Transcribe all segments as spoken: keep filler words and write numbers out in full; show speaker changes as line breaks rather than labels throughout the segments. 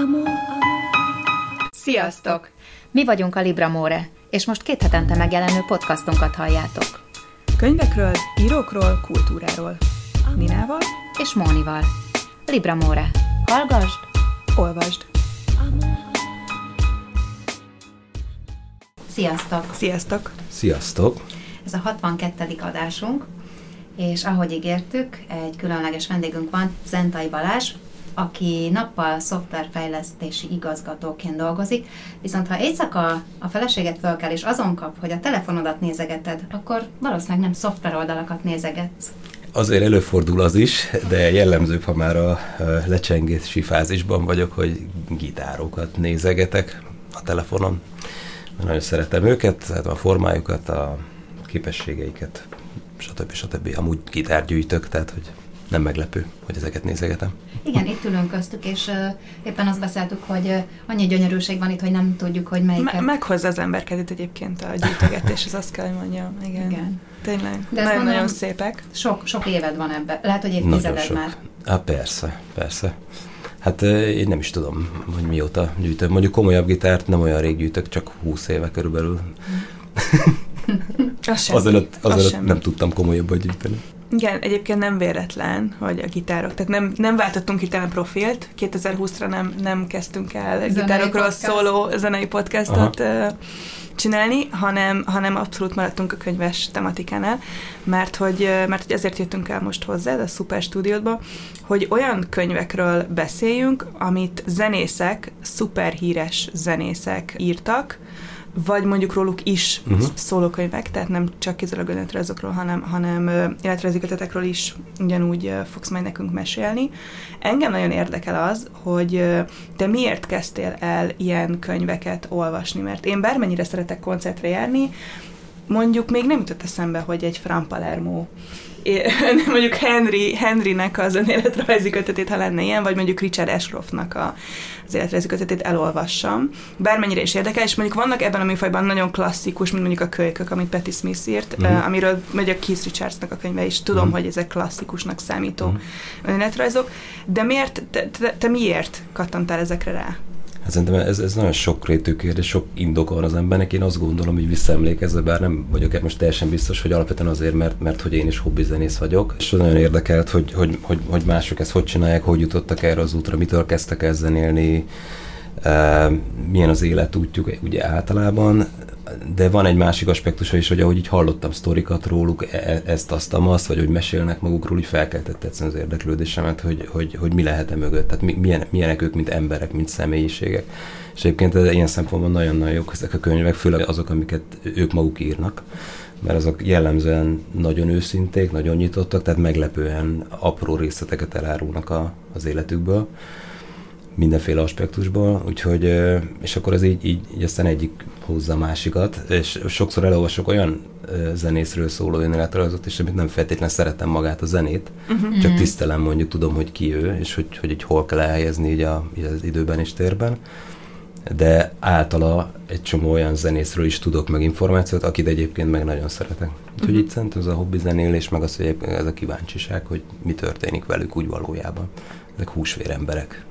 Sziasztok! Mi vagyunk a Libramore, és most két hetente megjelenő podcastunkat halljátok.
Könyvekről, írókról, kultúráról. Ninával
és Mónival. Libramore. Hallgasd,
olvasd!
Sziasztok!
Sziasztok!
Sziasztok!
Ez a hatvankettedik adásunk, és ahogy ígértük, egy különleges vendégünk van, Zentai Balázs, aki nappal szoftverfejlesztési igazgatóként dolgozik, viszont ha éjszaka a feleséget fölkel és azon kap, hogy a telefonodat nézegeted, akkor valószínűleg nem szoftveroldalakat nézegetsz.
Azért előfordul az is, de jellemzőbb, ha már a lecsengési fázisban vagyok, hogy gitárokat nézegetek a telefonon. Nagyon szeretem őket, a formájukat, a képességeiket, stb. stb. Amúgy gitárt gyűjtök, tehát hogy nem meglepő, hogy ezeket nézegetem.
Igen, itt ülünk köztük, és uh, éppen azt beszéltük, hogy uh, annyi gyönyörűség van itt, hogy nem tudjuk, hogy melyiket.
Me- meghozza az ember kedvét egyébként a gyűjtögetés, ez azt kell, hogy mondjam. Igen. Igen. Tényleg, nagyon-nagyon szépek.
Sok, sok éved van ebben, lehet, hogy évtizeded már.
Há, persze, persze. Hát én nem is tudom, hogy mióta gyűjtök. Mondjuk komolyabb gitárt nem olyan rég gyűjtök, csak húsz éve körülbelül.
Az sem.
Azelőtt, azelőtt nem tudtam komolyabban gyűjteni.
Igen, egyébként nem véletlen, hogy a gitárok, tehát nem, nem váltottunk hirtelen profilt, kétezer-húszra nem, nem kezdtünk el zenei gitárokról podcast. szóló zenei podcastot Aha. csinálni, hanem, hanem abszolút maradtunk a könyves tematikánál, mert hogy, mert hogy ezért jöttünk el most hozzá, a Szuper Stúdiódba, hogy olyan könyvekről beszéljünk, amit zenészek, szuper híres zenészek írtak, vagy mondjuk róluk is uh-huh. szólókönyvek, tehát nem csak kizárólag önéletrajzokról, hanem, hanem életrajzi kötetekről is ugyanúgy fogsz majd nekünk mesélni. Engem nagyon érdekel az, hogy te miért kezdtél el ilyen könyveket olvasni, mert én bármennyire szeretek koncertre járni, mondjuk még nem jutott eszembe, hogy egy Fran Palermo, mondjuk Henry, Henrynek az önéletrajzi kötetét, ha lenne ilyen, vagy mondjuk Richard Ashcroftnak a, az életrajzi kötetét elolvassam. Bármennyire is érdekel, és mondjuk vannak ebben a műfajban nagyon klasszikus, mint mondjuk a Kölykök, amit Patti Smith írt, uh-huh. uh, amiről megy a Keith Richardsnak a könyve is. Tudom, uh-huh. hogy ezek klasszikusnak számító uh-huh. önéletrajzok, de miért, te, te, te miért kattantál ezekre rá?
Hát szerintem ez, ez nagyon sokrétű kérdés, sok indok van az embernek. Én azt gondolom, hogy visszaemlékezve, bár nem vagyok most teljesen biztos, hogy alapvetően azért, mert, mert hogy én is hobbizenész vagyok. És nagyon érdekelt, hogy, hogy, hogy, hogy mások ezt hogy csinálják, hogy jutottak erre az útra, mitől kezdtek el zenélni, e, milyen az életútjuk ugye általában. De van egy másik aspektusa is, hogy ahogy így hallottam sztorikat róluk, e- ezt, azt, azt, vagy hogy mesélnek magukról, úgy felkeltett egyszerűen az érdeklődésemet, hogy, hogy, hogy mi lehet-e mögött, tehát mi, milyen, milyenek ők, mint emberek, mint személyiségek. És egyébként ilyen szempontból nagyon-nagyon jók ezek a könyvek, főleg azok, amiket ők maguk írnak, mert azok jellemzően nagyon őszinték, nagyon nyitottak, tehát meglepően apró részleteket elárulnak a, az életükből, mindenféle aspektusból, úgyhogy, és akkor ez így, így, így aztán egyik hozza a másikat, és sokszor elolvasok olyan zenészről szóló önéletrajzot, és amit nem feltétlenül szeretem magát a zenét, uh-huh. csak tisztelem, mondjuk tudom, hogy ki ő, és hogy, hogy így hol kell elhelyezni így, a, így az időben és térben, de általa egy csomó olyan zenészről is tudok meg információt, akit egyébként meg nagyon szeretek. Úgyhogy uh-huh. itt szerintem ez a hobbi zenélés, meg az, hogy ez a kíváncsiság, hogy mi történik velük úgy valójában. Ezek húsvér emberek.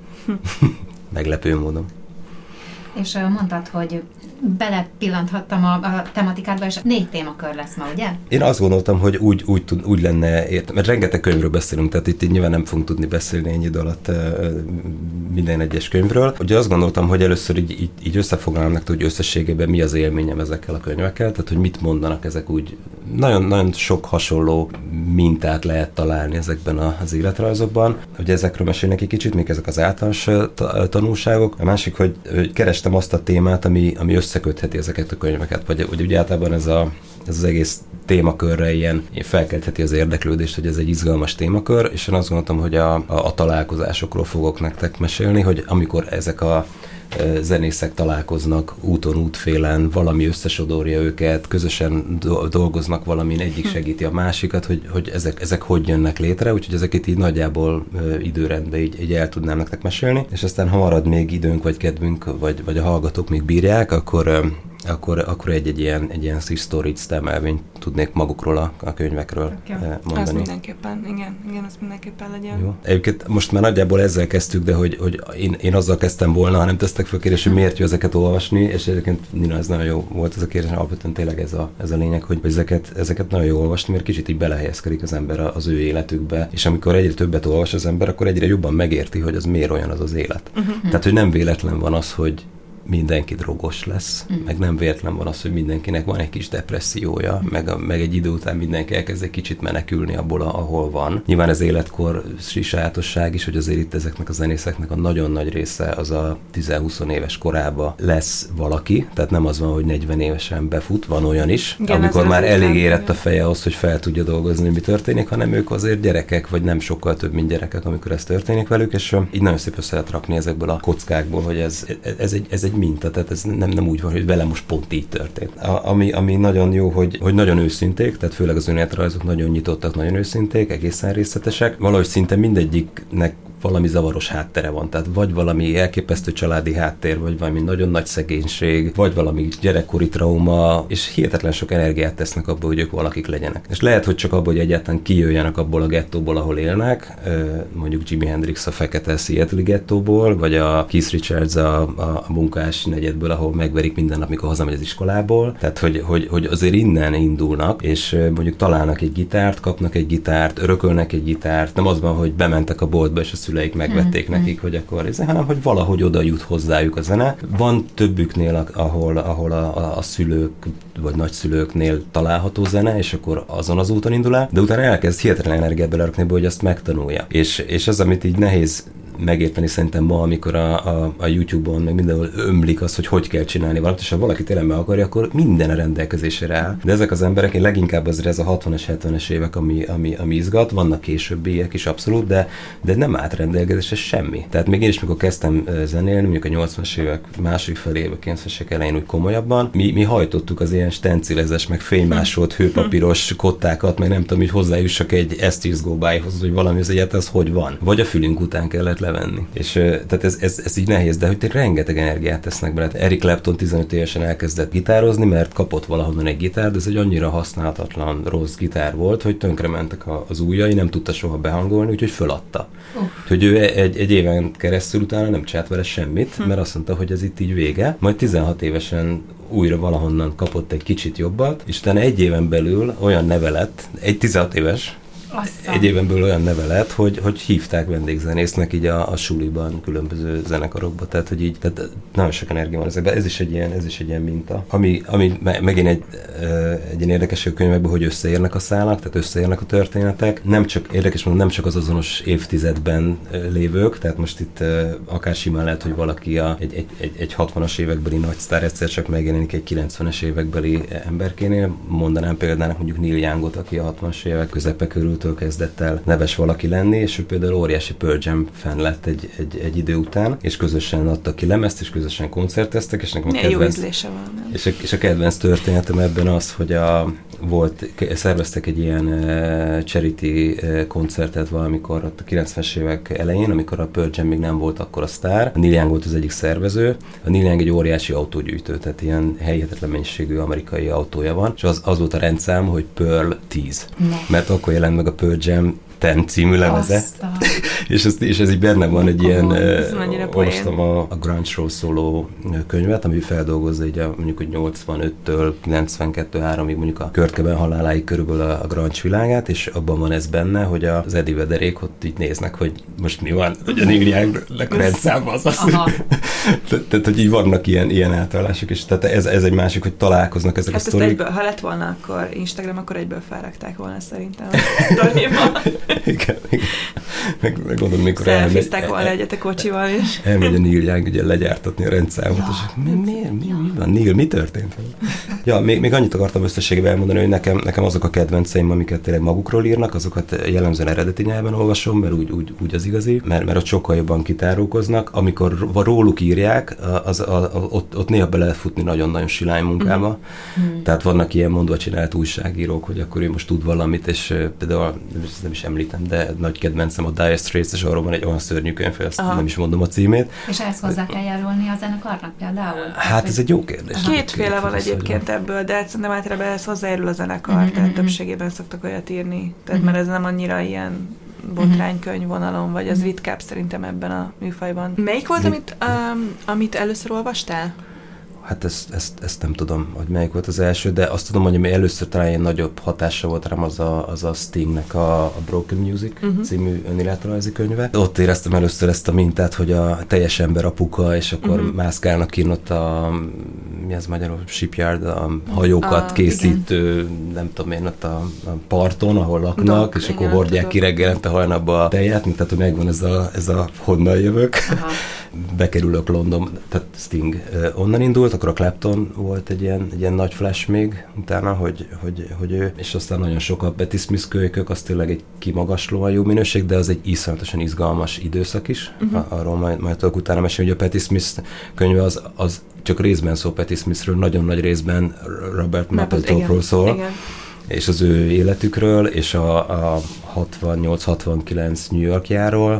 Meglepő módon.
És uh, mondtad, hogy belepillanthattam a, a tematikádba, és négy témakör lesz ma, ugye?
Én azt gondoltam, hogy úgy, úgy, tud, úgy lenne értem, mert rengeteg könyvről beszélünk, tehát itt nyilván nem fogunk tudni beszélni ennyi idő alatt uh, minden egyes könyvről. Ugye azt gondoltam, hogy először így, így, így összefoglalom nektek, hogy összességében mi az élményem ezekkel a könyvekkel, tehát hogy mit mondanak ezek úgy. Nagyon, nagyon sok hasonló mintát lehet találni ezekben az életrajzokban. Ugye ezekről mesélnek egy kicsit, még ezek az általános tanulságok. A másik, hogy, hogy kerestem azt a témát, ami, ami összekötheti ezeket a könyveket, vagy, vagy ugye általában ez, a, ez az egész témakörre ilyen felkeltheti az érdeklődést, hogy ez egy izgalmas témakör, és én azt gondoltam, hogy a, a, a találkozásokról fogok nektek mesélni, hogy amikor ezek a zenészek találkoznak úton, útfélen, valami összesodorja őket, közösen do- dolgoznak valamin, egyik segíti a másikat, hogy, hogy ezek, ezek hogy jönnek létre, úgyhogy ezeket így nagyjából ö, időrendben így, így el tudnám nektek mesélni, és aztán ha marad még időnk, vagy kedvünk, vagy, vagy a hallgatók még bírják, akkor, ö, akkor, akkor egy-egy ilyen, egy ilyen story stem elvényt tudnék magukról a, a könyvekről okay. mondani.
Az mindenképpen, igen, igen, az mindenképpen legyen.
Jó. Egyébként most már nagyjából ezzel kezdtük, de hogy, hogy én, én azzal kezdtem volna, ha nem tesztek fel kérdés, hogy miért jó ezeket olvasni, és egyébként Nina, ez nagyon jó volt ez a kérdés, alapvetően tényleg ez a, ez a lényeg, hogy ezeket, ezeket nagyon jó olvasni, mert kicsit így belehelyezkedik az ember az ő életükbe, és amikor egyre többet olvas az ember, akkor egyre jobban megérti, hogy az miért olyan az az élet. Uh-huh. Tehát, hogy nem véletlen van az, hogy mindenki drogos lesz, mm. meg nem véletlen van az, hogy mindenkinek van egy kis depressziója, mm. meg, a, meg egy idő után mindenki elkezd egy kicsit menekülni abból, ahol van. Nyilván az életkor sajátosság is, hogy azért itt ezeknek a zenészeknek a nagyon nagy része az a tíz-húsz éves korába lesz valaki, tehát nem az van, hogy negyven évesen befut, van olyan is, igen, amikor már elég érett a feje ahhoz, hogy fel tudja dolgozni, mi történik, hanem ők azért gyerekek, vagy nem sokkal több, mint gyerekek, amikor ez történik velük, és így nagyon szép össze lehet rakni ezekből a kockákból, hogy ez, ez, egy, ez egy minta, tehát ez nem, nem úgy van, hogy velem most pont így történt. A, ami, ami nagyon jó, hogy, hogy nagyon őszinték, tehát főleg az önéletrajzok nagyon nyitottak, nagyon őszinték, egészen részletesek. Valahogy szinte mindegyiknek valami zavaros háttere van, tehát vagy valami elképesztő családi háttér, vagy valami nagyon nagy szegénység, vagy valami gyerekkori trauma, és hihetetlen sok energiát tesznek abba, hogy ők valakik legyenek. És lehet, hogy csak abba, hogy egyáltalán kijöjjenek abból a gettóból, ahol élnek, mondjuk Jimi Hendrix a fekete Seattle gettóból, vagy a Keith Richards a, a munkás negyedből, ahol megverik minden nap, mikor hazamegy az iskolából. Tehát, hogy, hogy, hogy azért innen indulnak, és mondjuk találnak egy gitárt, kapnak egy gitárt, örökölnek egy gitárt, nem az van, hogy bementek a boltba, és a szüleik megvették mm, nekik, mm. hogy akkor ez, hanem hogy valahogy oda jut hozzájuk a zene. Van többüknél, ahol, ahol a, a, a szülők vagy nagyszülőknél található zene, és akkor azon az úton indul el, de utána elkezd hihetetlen energiát belerakni, hogy azt megtanulja. És, és az, amit így nehéz megérteni szerintem ma, amikor a, a, a YouTube-on meg mindenhol ömlik az, hogy hogy kell csinálni valamit, és ha valaki tényleg meg akarja, akkor minden a rendelkezésére áll. De ezek az emberek, én leginkább azért ez a hatvanas, hetvenes évek, ami, ami, ami izgat, vannak későbbiek is abszolút, de, de nem állt rendelkezésre semmi. Tehát még én is, mikor kezdtem zenélni, mondjuk a nyolcvanas évek második felébe, kilencvenes évek elején úgy komolyabban, mi, mi hajtottuk az ilyen stencilezes, meg fénymásolt hőpapíros kottákat, meg nem tudom, hogy hozzájussak egy Estes Go By-hoz, hogy valami az egyet, az hogy van. Vagy a fülünk után kellett levenni. És tehát ez, ez, ez így nehéz, de hogy rengeteg energiát tesznek bele. Eric Clapton tizenöt évesen elkezdett gitározni, mert kapott valahonnan egy gitár, de ez egy annyira használhatatlan, rossz gitár volt, hogy tönkrementek az ujjai, nem tudta soha behangolni, úgyhogy föladta. Uh. Hogy ő egy, egy éven keresztül utána nem csinált vele semmit, hm. mert azt mondta, hogy ez itt így vége. Majd tizenhat évesen újra valahonnan kapott egy kicsit jobbat, és utána egy éven belül olyan neve lett, egy tizenhat éves, Aztán. Egy éven belül olyan neve lett, hogy, hogy hívták vendégzenésznek így a, a suliban, különböző zenekarokba, tehát hogy így, tehát nagyon sok energia van ezekben, ez is egy ilyen, ez is egy ilyen minta. Ami, ami megint egy, egy ilyen érdekes könyvekben, hogy összeérnek a szálak, tehát összeérnek a történetek. Nem csak, érdekes mondom, nem csak az azonos évtizedben lévők, tehát most itt akár simán lehet, hogy valaki a, egy, egy, egy, egy hatvanas évekbeli nagy sztár egyszer csak megjelenik egy kilencvenes évekbeli emberkénél. Mondanám például mondjuk Neil Youngot, aki a hatvanas évek közepe körül kezdett el neves valaki lenni, és ő például óriási Pearl Jam fan lett egy, egy, egy idő után, és közösen adtak ki lemezt, és közösen koncerteztek, és nekem a kedvenc,
van,
és, a, és a kedvenc történetem ebben az, hogy a, volt, szerveztek egy ilyen uh, charity uh, koncertet valamikor ott a kilencvenes évek elején, amikor a Pearl Jam még nem volt akkor a sztár. A Neil Young volt az egyik szervező. A Neil Young egy óriási autógyűjtő, tehát ilyen helyetetlen mennyiségű amerikai autója van, és az, az volt a rendszám, hogy Pearl tíz. Ne. Mert akkor jelent meg a Pearl Jam tíz című lemeze. és, ez, és ez így benne van egy oh, ilyen, uh, olvastam a, a grunge-ról szóló könyvet, ami feldolgozza így a, mondjuk, hogy nyolcvanöttől kilencvenkettő háromig mondjuk a Kurt Cobain haláláig körülbelül a, a grunge világát, és abban van ez benne, hogy az Eddie Vedderék ott így néznek, hogy most mi van, hogy a Neil Youngnak rendszámban az az. Tehát, hogy így vannak ilyen, ilyen átállások, és tehát ez, ez egy másik, hogy találkoznak ezek hát a sztorik.
Egyből, ha lett volna akkor Instagram, akkor egyből felrakták volna szerintem.
igen, igen. Meg, meg gondolom, mikor
szelfiztek volna egyet a kocsival is.
Elmegy a Neil Young ugye legyártatni a rendszámot, ja. És mi, miért? Mi, mi van? Neil, mi történt? Ja, még, még annyit akartam összességében elmondani, hogy nekem, nekem azok a kedvenceim, amiket tényleg magukról írnak, azokat jellemzően eredeti nyelven olvasom, mert úgy, úgy, úgy az igazi, mert, mert ott sokkal jobban kitárulkoznak. Amikor róluk írják, az, a, a, ott, ott néha be lehet futni nagyon-nagyon silány munkába. Mm. Tehát vannak ilyen mondva csinált újságírók, hogy akkor ő most tud valamit, és például nem is említem, de nagy kedvencem a Dire Straits, és arról van egy olyan szörnyű könyv, azt Aha. nem is mondom a címét.
És ezt hozzá kell járulni a zenekarnak például?
Hát ez egy jó kérdés.
Kétféle van egyébként ebből, de szerintem általában ehhez hozzájárul a zenekar, mm-hmm. tehát többségében szoktak olyat írni. Tehát mm-hmm. mert ez nem annyira ilyen botránykönyv vonalon, vagy az ritkább szerintem ebben a műfajban. Melyik volt, amit, um, amit először olvastál?
Hát ezt, ezt, ezt nem tudom, hogy melyik volt az első, de azt tudom, hogy ami először talán ilyen nagyobb hatása volt rám, az a, az a Stingnek a, a Broken Music uh-huh. című önéletrajzi könyve. Ott éreztem először ezt a mintát, hogy a teljes ember apuka, és akkor uh-huh. mászkálnak kint ott a, mi az magyarul, shipyard, a hajókat a, készítő, igen. nem tudom én, ott a, a parton, ahol laknak, Dok, és igen, akkor hordják tudok. Ki reggelente hajnapba a tejet, mint tehát, hogy megvan ez a, ez a honnan jövök. Aha. Bekerülök London, tehát Sting onnan indult, akkor a Clapton volt egy ilyen, egy ilyen nagy flash még utána, hogy, hogy, hogy ő, és aztán nagyon sok a Patti Smith kölykök, az tényleg egy kimagaslóan jó minőség, de az egy iszonyatosan izgalmas időszak is, uh-huh. arról majd, majd tudok utána mesélni, hogy a Patti Smith könyve az, az csak részben szól Patti Smithről, nagyon nagy részben Robert Mapplethorpe-ról szól. Igen. És az ő életükről, és a, a hatvannyolc hatvankilenc New Yorkjáról,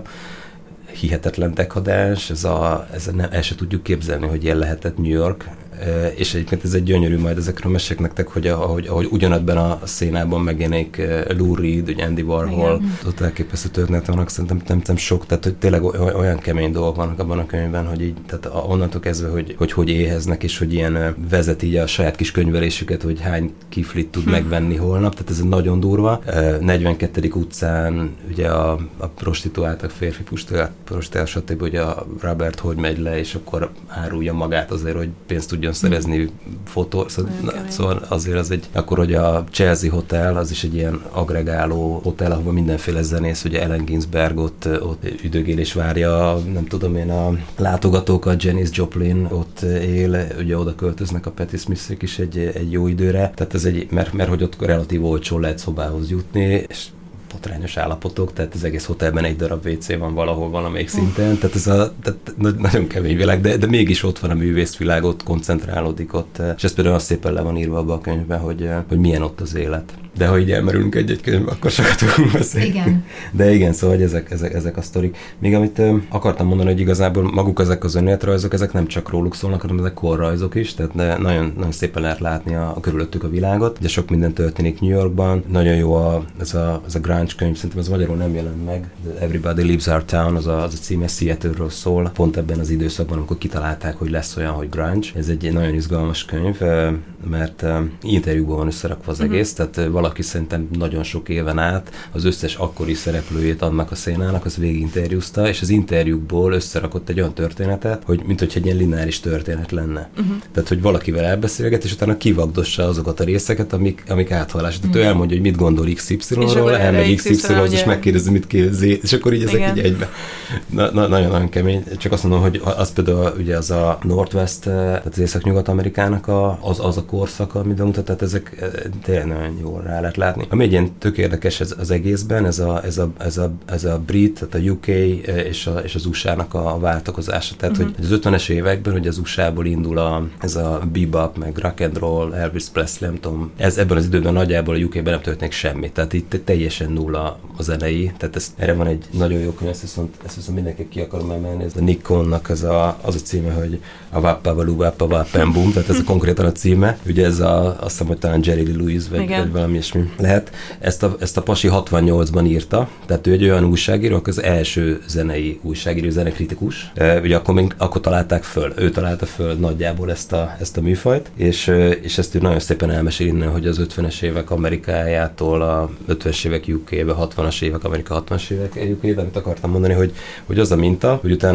hihetetlen dekadens, ez a, ez nem, el se tudjuk képzelni, hogy ilyen lehetett New York, és egyébként ez egy gyönyörű, majd ezekről mesélek nektek, hogy ahogy, ahogy ugyanebben a szénában megjelenik Lou Reed, ugye Andy Warhol, igen. ott elképesztő történet vannak, szerintem nem, nem sok, tehát hogy tényleg olyan kemény dolgok vannak abban a könyvben, hogy így, tehát onnantól kezdve, hogy hogy, hogy éheznek, és hogy ilyen vezet így a saját kis könyvelésüket, hogy hány kiflit tud hm. megvenni holnap, tehát ez nagyon durva. negyvenkettedik utcán ugye a, a prostituáltak, férfi prostituáltak, stb. Ugye a Robert hogy megy le, és akkor árulja magát azért, hogy pénzt tudjon szerezni fotó, szóval, na, szóval azért az egy, akkor hogy a Chelsea Hotel, az is egy ilyen agregáló hotel, ahol mindenféle zenész, ugye Allen Ginsberg ott, ott üdögél és várja, nem tudom én, a látogatókat, Janis Joplin ott él, ugye oda költöznek a Patti Smithek is egy, egy jó időre, tehát ez egy, mert, mert hogy ott relatív olcsó lehet szobához jutni, és botrányos állapotok, tehát az egész hotelben egy darab vé cé van valahol valamelyik szinten, tehát ez a, tehát nagyon kemény világ, de, de mégis ott van a művészvilág, ott koncentrálódik ott, és ez például azt szépen le van írva abban a könyvben, hogy, hogy milyen ott az élet. De ha így elmerülünk egy-egy könyvbe, akkor sokat tudunk beszélni. Igen. De igen, szóval hogy ezek, ezek, ezek a sztorik. Még amit ö, akartam mondani, hogy igazából maguk ezek az önéletrajzok, ezek nem csak róluk szólnak, hanem ezek korrajzok is, tehát nagyon, nagyon szépen lehet látni a, a körülöttük a világot. Ugye sok minden történik New Yorkban, nagyon jó a, ez, a, ez a grunge könyv, szerintem ez magyarul nem jelent meg. Everybody Leaves Our Town, az a, az a címe, Seattle-ről szól, pont ebben az időszakban, amikor kitalálták, hogy lesz olyan, hogy grunge. Ez egy nagyon izgalmas könyv, mert interjúban van összerakva az uh-huh. egész, tehát valaki szerintem nagyon sok éven át az összes akkori szereplőjét annak a szénának, az végiginterjúzta, és az interjúkból összerakott egy olyan történetet, hogy mint hogyha egy ilyen lineáris történet lenne. Uh-huh. Tehát, hogy valakivel elbeszélget, és utána kivagdossa azokat a részeket, amik, amik áthallás. Tehát uh-huh. ő elmondja, hogy mit gondol iksz ipszilonról, elmegy iksz ipszilonhoz, és megkérdezi, mit kérdezi, és akkor így ezek igen. így egybe. Na, na, nagyon-nagyon kemény. Csak azt mondom, hogy az például ugye az a Northwest, tehát az Észak-Nyugat-Amerikának a, az, az a korszaka, amit bemutat, tehát ezek tényleg nagyon jól rá lehet látni. Ami egy ilyen tök érdekes ez, az egészben, ez a, ez a, ez a, ez a brit, tehát a U K és, a, és az u es á-nak a váltakozása. Tehát, uh-huh. hogy az ötvenes években, hogy az u es á-ból indul a, ez a bebop, meg rock and roll, Elvis Presley, nem tudom, ez ebben az időben nagyjából a U K-ben nem történik semmi. Tehát itt teljesen nulla a zenei. Tehát ez, erre van egy nagyon jó könyv, ezt viszont, ezt viszont mindenki ki akarom emelni. Ez a Nick Cohn-nak az a, az a címe, hogy a Wappa Valú Wappa Wappen Boom, tehát ez a konkrétan a címe. Ugye ez a, azt hiszem, hogy talán Jerry Lee Lewis, vagy, vagy valami ismi lehet. Ezt a, ezt a pasi hatvannyolcban írta, tehát ő egy olyan újságíró, az első zenei újságíró, zenekritikus. E, ugye akkor, még, akkor találták föl, ő találta föl nagyjából ezt a, ezt a műfajt, és, és ezt ő nagyon szépen elmesél innen, hogy az ötvenes évek Amerikájától a ötvenes évek U K-be, hatvanas évek Amerika, hatvanas évek U K-be, amit akartam mondani, hogy, hogy az a minta, hogy utána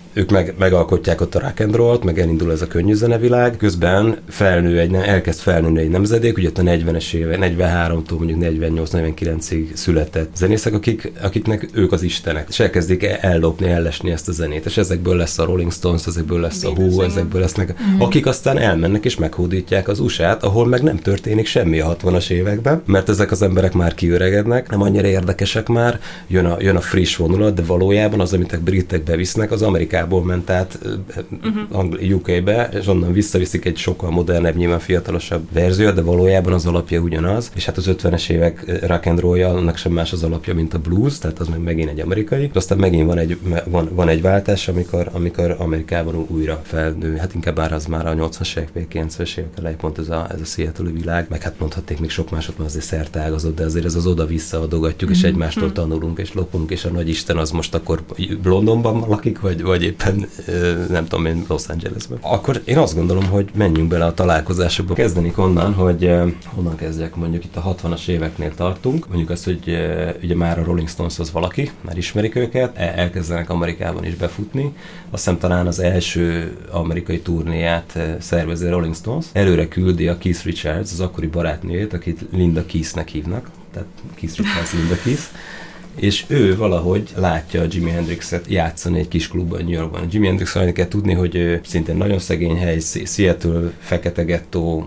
ők meg, megalkotják ott a rock and rollt, meg elindul ez a könnyű zenevilág, közben felnő egy, elkezd felnőni egy nemzedék, ugye ott a negyvenes évek, negyvenháromtól mondjuk negyvennyolc negyvenkilencig született zenészek, akik, akiknek ők az istenek, és elkezdik ellopni, ellesni ezt a zenét, és ezekből lesz a Rolling Stones, ezekből lesz a Who, ezekből lesznek, mm. akik aztán elmennek és meghódítják az u es á-t, ahol meg nem történik semmi a hatvanas években, mert ezek az emberek már kiöregednek, nem annyira érdekesek már, jön a, jön a friss vonulat, de valójában az, amit a britek bevisznek, az Amerikából ment át uh-huh. u ká-be, és onnan visszaviszik egy sokkal modernebb, nyilván fiatalosabb verzió, de valójában az alapja ugyanaz, és hát az ötvenes évek rock and rollja, annak sem más az alapja, mint a blues, tehát az meg megint egy amerikai, de aztán megint van egy, van, van egy váltás, amikor, amikor Amerikában újra felnő, hát inkább már az már a nyolcvanas évek, kilencvenes évek elején pont ez a, ez a Seattle-i világ, meg hát mondhatnék még sok másot, mert azért szerteágazott, de azért ez az oda-vissza adogatjuk, mm-hmm. és egymástól tanulunk, és lopunk, és a nagy Isten az most akkor Londonban lakik, vagy, vagy éppen nem tudom én, Los Angelesben. Akkor én azt gondolom, hogy menjünk bele a találkozásokba. Kezdenik onnan, hogy honnan kezdjek, mondjuk itt a hatvanas éveknél tartunk, mondjuk azt, hogy ugye már a Rolling Stones az valaki, már ismerik őket, elkezdenek Amerikában is befutni. Azt hiszem talán az első amerikai turnéját szervezi a Rolling Stones. Előre küldi a Keith Richards, az akkori barátnőjét, akit Linda Keithnek hívnak, tehát Keith Richards, Linda Keith, és ő valahogy látja a Jimi Hendrixet játszani egy kis klubban New Yorkban. Jimi Hendrix annyit kell tudni, hogy ő szintén nagyon szegény hely, Seattle, fekete gettó,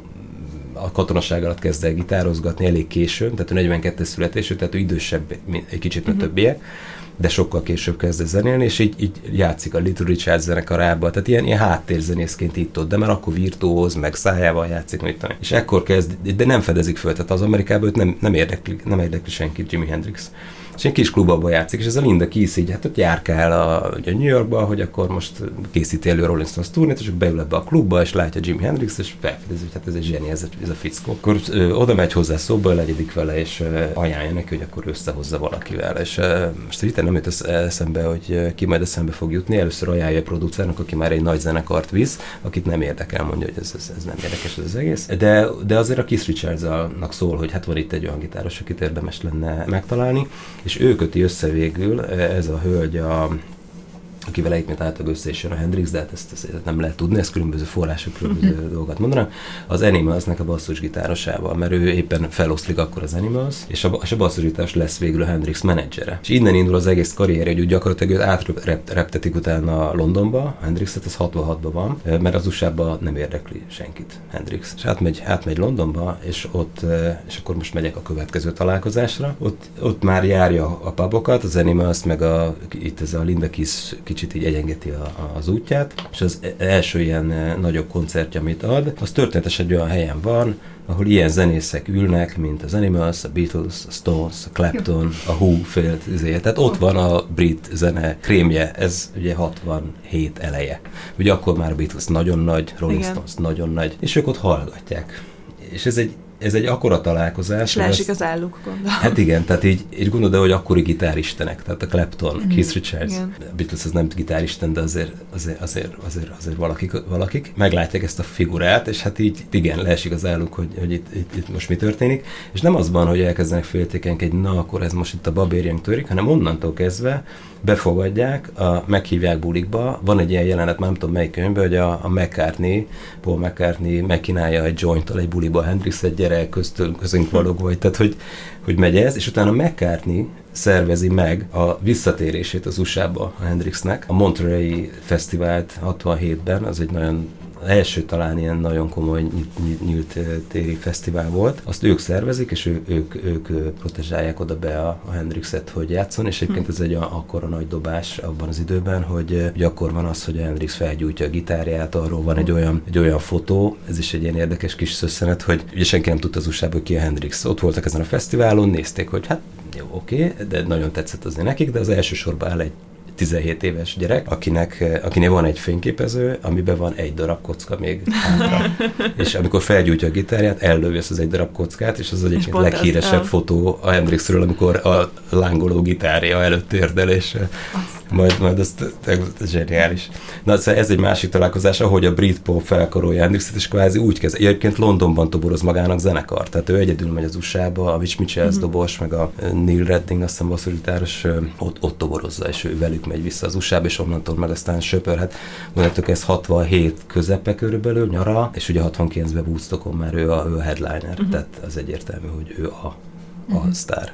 a katonaság alatt kezd el gitározgatni elég későn, tehát ő negyvenkettes születésű, tehát ő idősebb egy kicsit, mint uh-huh. többiek, de sokkal később kezd zenélni, és így, így játszik a Little Richard zenekarába, tehát ilyen, ilyen háttérzenészként itt ott, de már akkor virtuóz, meg szájával játszik, mit tudom. És ekkor kezd, de nem fedezik föl, tehát az Amerikában őt nem, nem, érdekli, nem érdekli senki Jimi Hendrix. És egy kis klubban játszik, és ez a Linda Keith így, hát ott járkál a, a New Yorkba, hogy akkor most készíti elő a Rolling Stones turnét, és beül ebbe a klubba, és látja Jimi Hendrix, és felfedezi, hogy hát ez egy zseni, ez a, ez a fickó. Akkor ö, oda megy hozzá szóba, legyedik vele, és ö, ajánlja neki, hogy akkor összehozza valakivel. És ö, most itt nem jut eszembe, hogy ö, ki majd eszembe fog jutni, először ajánlja a producernek, aki már egy nagy zenekart visz, akit nem érdekel, mondja, hogy ez, ez, ez nem érdekes ez az egész. De, de azért a Keith Richards-nak szól, hogy hát van itt egy olyan gitáros, akit érdemes lenne megtalálni, és ő köti össze végül, ez a hölgy, a, akivel egyébként általában össze is jön a Hendrix, de hát ezt, ezt nem lehet tudni, ez különböző források, különböző uh-huh. dolgokat mondanak, az Animalsnek a basszusgitárosával, mert ő éppen feloszlik akkor az Animals, és a, a basszusgitáros lesz végül a Hendrix menedzsere. És innen indul az egész karrierje, hogy gyakorlatilag őt átreptetik utána Londonba, a Hendrixet, ez hatvanhatban van, mert az u es á-ban nem érdekli senkit Hendrix. És átmegy, átmegy Londonba, és ott, és akkor most megyek a következő találkozásra, ott, ott már járja a pubokat, az Animals, meg a, itt ez a Linda Keith kicsit így egyengeti a, a, az útját, és az első ilyen nagyobb koncertje, amit ad, az történetesen egy olyan helyen van, ahol ilyen zenészek ülnek, mint az Animals, a Beatles, a Stones, a Clapton, a Who félt izéje. Tehát ott van a brit zene krémje, ez ugye hatvanhét eleje. Ugye akkor már a Beatles nagyon nagy, Rolling Igen. Stones nagyon nagy, és ők ott hallgatják. És ez egy Ez egy akkora találkozás.
És leesik az álluk, gondolom.
Hát igen, tehát így, így gondolod, hogy akkori gitáristenek, tehát a Clapton, mm-hmm. Keith Richards, igen. A Beatles az nem gitáristen, de azért, azért, azért, azért, azért valakik, valakik meglátják ezt a figurát, és hát így igen, leesik az álluk, hogy, hogy itt, itt, itt most mi történik, és nem az van, hogy elkezdenek féltékenykedni, na akkor ez most itt a babérjánk törik, hanem onnantól kezdve befogadják, a, meghívják bulikba, van egy ilyen jelenet, már nem tudom melyik könyvben, hogy a, a McCartney, Paul McCartney megkínálja egy jointtal egy buliba, a Hendrix egy gyere köztünk, közünk valók vagy, tehát hogy, hogy megy ez, és utána McCartney szervezi meg a visszatérését az u es á-ba a Hendrixnek. A Monterey Fesztivált hatvanhétben, az egy nagyon első talán ilyen nagyon komoly nyílt, nyílt téri fesztivál volt. Azt ők szervezik, és ő, ők, ők protezsálják oda be a, a Hendrixet, hogy játszon, és egyébként ez egy akkora nagy dobás abban az időben, hogy, hogy akkor van az, hogy a Hendrix felgyújtja a gitárját, arról van egy olyan, egy olyan fotó, ez is egy ilyen érdekes kis szösszenet, hogy ugye senki nem tudta az u es á-ból, ki a Hendrix. Ott voltak ezen a fesztiválon, nézték, hogy hát jó, oké, okay, de nagyon tetszett azért nekik, de az első sorban áll egy tizenhét éves gyerek, akinek, akinek van egy fényképező, amiben van egy darab kocka még hátra. És amikor felgyújtja a gitárját, ellövi ezt az egy darab kockát, és az egyébként leghíresebb az, fotó a Hendrixről, amikor a lángoló gitárja előtt térdel, és majd, majd az zseniális. Na, szóval ez egy másik találkozás, ahogy a Britpop felkarolja Hendrixet, és kvázi úgy kezd. Egyébként Londonban toboroz magának zenekar, tehát ő egyedül megy az u es á-ba, a Mitch Mitchell mm-hmm. dobos, meg a Neil Redding, azt hiszem basszusgitáros, ott, ott toborozza, és ő velük addig megy vissza az u es á-ba, és onnantól meg aztán söpörhet. Gondoltok, ez hatvanhét közepe körülbelül, nyara, és ugye hatvankilencben Woodstockon már ő a, ő a headliner, uh-huh. tehát az egyértelmű, hogy ő a, a uh-huh. sztár.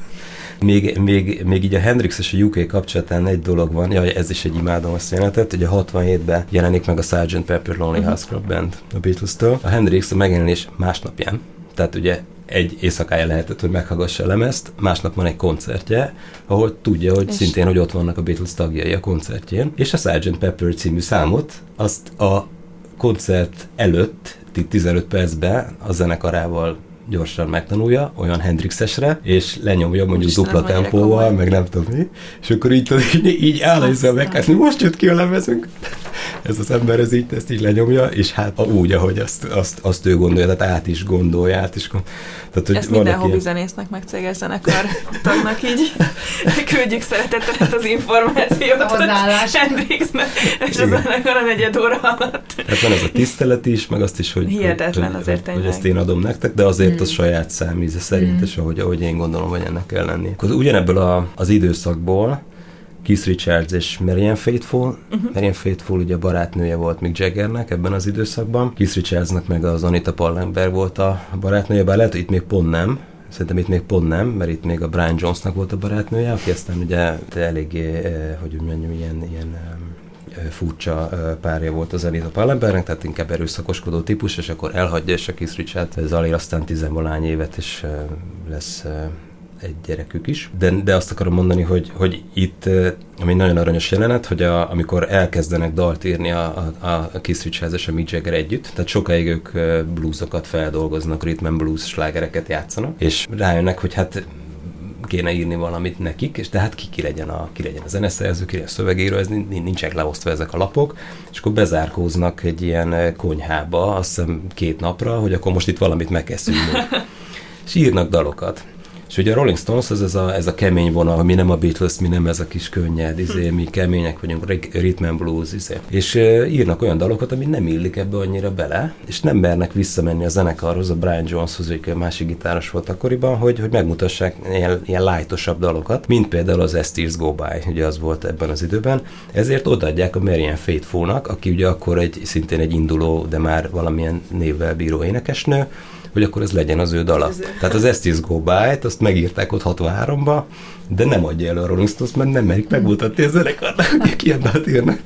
Még, még, még így a Hendrix és a u ká kapcsolatán egy dolog van, jaj, ez is egy imádom azt jelenetet, hogy a hatvanhétben jelenik meg a sergeant Pepper Lonely uh-huh. Hearts Club Band a Beatles-től. A Hendrix a megjelenés másnapján, tehát ugye egy éjszakája lehetett, hogy meghallgassa a lemezt, másnap van egy koncertje, ahol tudja, hogy és szintén, hogy ott vannak a Beatles tagjai a koncertjén, és a sergeant Pepper című számot azt a koncert előtt tizenöt percben a zenekarával gyorsan megtanulja, olyan Hendrixesre, és lenyomja mondjuk Isten, dupla tempóval, meg nem tudom mi, és akkor így, így, így áll a meg, hát most jött ki a lemezünk. Ez az ember ez így, ezt így lenyomja, és hát úgy, ahogy azt, azt, azt ő gondolja, tehát át is gondolja, át is gondolja. Tehát, hogy
ezt minden hobbizenésznek, meg céges zenekar tagnak így küldjük szeretettel ezt az információt
a hozzáállás
Hendrixnek, és a zenekar a negyed óra alatt.
Hát van ez a tisztelet is, meg azt is, hogy,
hihetetlen
hogy,
azért
hogy, hogy ezt én adom nektek, de azért mm. az saját számíze szerint, mm. és ahogy, ahogy én gondolom, hogy ennek kell lenni. Akkor ugyanebből a, az időszakból Keith Richards és Marianne Faithfull. Uh-huh. Marianne Faithfull ugye a barátnője volt Mick Jaggernek ebben az időszakban. Keith Richardsnak meg az Anita Pallenberg volt a barátnője, bár lehet, hogy itt még pont nem. Szerintem itt még pont nem, mert itt még a Brian Jonesnak volt a barátnője, aki aztán ugye eléggé, eh, hogy úgy mondjam, ilyen, ilyen eh, furcsa eh, párja volt az Anita Pallenbergnek, tehát inkább erőszakoskodó típus, és akkor elhagyja, és a Keith Richards Zali aztán tizenvalány évet, és eh, lesz eh, egy gyerekük is. De, de azt akarom mondani, hogy, hogy itt, ami nagyon aranyos jelenet, hogy a, amikor elkezdenek dalt írni a, a, a Keith Richards és a Mick Jagger együtt, tehát sokáig ők bluesokat feldolgoznak, rhythm and blues slágereket játszanak, és rájönnek, hogy hát kéne írni valamit nekik, és tehát ki, ki, legyen, a, ki legyen a zeneszerző, ki legyen a szövegíró, ez nincsenek leosztva ezek a lapok, és akkor bezárkóznak egy ilyen konyhába, azt hiszem két napra, hogy akkor most itt valamit megkezdjünk. És írnak dalokat. És ugye a Rolling Stones az ez a, ez a kemény vonal, mi nem a Beatles, mi nem ez a kis könnyed, izé, mi kemények vagyunk, rhythm and blues, izé. És uh, írnak olyan dalokat, ami nem illik ebbe annyira bele, és nem mernek visszamenni a zenekarhoz, a Brian Joneshoz, aki a másik gitáros volt akkoriban, hogy, hogy megmutassák ilyen, ilyen lightosabb dalokat, mint például az As Tears Go By, ugye az volt ebben az időben. Ezért odaadják a Marianne Faithfullnak, aki ugye akkor egy, szintén egy induló, de már valamilyen névvel bíró énekesnő, hogy akkor ez legyen az ő dala. Tehát az As Tears Go By-t, azt megírták ott hatvanháromban, de nem adja el a Rolling Stones, mert nem merik megmutatni a zenekarnak, akik ilyen dalt írnak.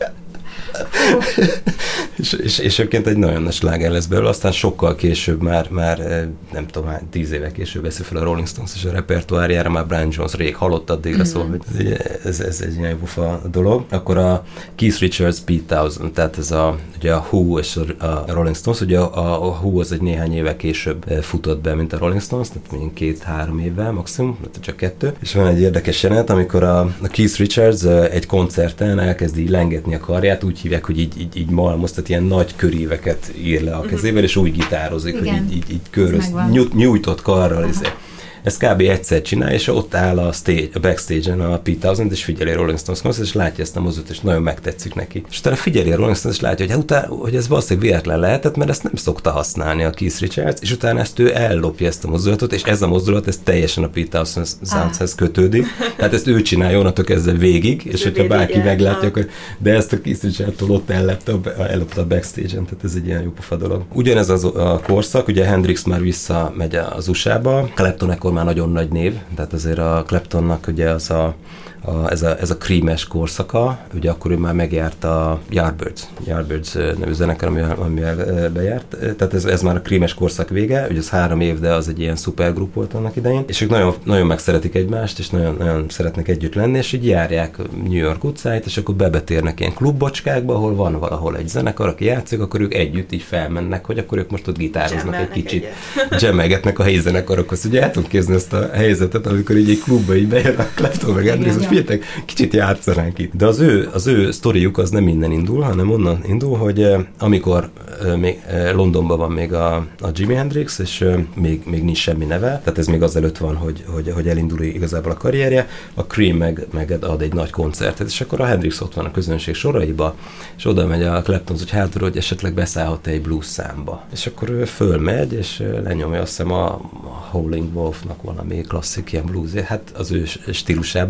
és, és, és egyébként egy nagyon nagy sláger lesz belőle, aztán sokkal később, már, már nem tudom, hány, tíz éve később veszi fel a Rolling Stones és a repertoárjára, már Brian Jones rég halott addigra, mm-hmm. szóval hogy ez, ez egy ilyen bufa dolog. Akkor a Keith Richards Pete Townshend, tehát ez a, ugye a Who és a, a Rolling Stones, ugye a, a Who az egy néhány éve később futott be, mint a Rolling Stones, tehát még két-három évvel maximum, tehát csak kettő. És van egy érdekes jelenet, amikor a, a Keith Richards egy koncerten elkezdi lengetni a karját, úgy hívják, hogy így, így, így malmoz, tehát ilyen nagy köríveket ír le a kezével, és úgy gitározik, igen, hogy így, így, így köröz, nyújt, nyújtott karral. Izé. Ezt kb. Egyszer csinál, és ott áll a, stage, a backstage-en a Pete Townshend, és figyeli a Rolling Stones koncert, és látja ezt a mozdulat, és nagyon megtetszik neki. És utána figyeli a Rolling Stones, és látja, hogy, hát utána, hogy ez valószínűleg véletlen lehetett, mert ezt nem szokta használni a Keith Richards, és utána ezt ő ellopja ezt a mozdulatot, és ez a mozdulat, ez teljesen a Pete Townshendhez kötődik. Tehát ezt ő csinálja onnantól kezdve végig, és hogyha bárki meglátja, akkor de ezt a Keith Richardstól ott ellopta, ellopta a backstage-en, tehát ez egy ilyen jó pofa dolog. Ugyanez az a korszak, ugye Hendrix már visszamegy az u es á-ba, Clapton már nagyon nagy név, tehát azért a Claptonnak ugye az a, a, ez, a, ez a creames korszaka, ugye akkor ő már megjárt a Yardbirds, Yardbirds nevű zenekar, amivel, amivel bejárt, tehát ez, ez már a creames korszak vége, ugye az három év, de az egy ilyen szupergrup volt annak idején, és ők nagyon, nagyon megszeretik egymást, és nagyon, nagyon szeretnek együtt lenni, és így járják New York utcáit, és akkor bebetérnek ilyen klubbocskákba, ahol van valahol egy zenekar, aki játszik, akkor ők együtt így felmennek, hogy akkor ők most ott gitároznak egy kicsit, dzsemelgetnek a helyi zenekarokhoz. Ugye el tudom képzelni ezt a helyzetet, amikor így egy klubba így bejön a Clapton meg Hendrix, hogy figyeljetek, kicsit játszanánk itt. De az ő, az ő sztoriuk az nem innen indul, hanem onnan indul, hogy amikor még Londonban van még a, a Jimi Hendrix, és még, még nincs semmi neve, tehát ez még azelőtt van, hogy, hogy, hogy elindul igazából a karrierje, a Cream meg, meg ad egy nagy koncertet, és akkor a Hendrix ott van a közönség soraiba, és oda megy a Claptonhoz, hogy hátul, hogy esetleg beszállhat egy blues számba. És akkor ő fölmegy, és lenyomja azt hiszem a Howling Wolfnak valami klasszik ilyen blues, hát az ő stílusába,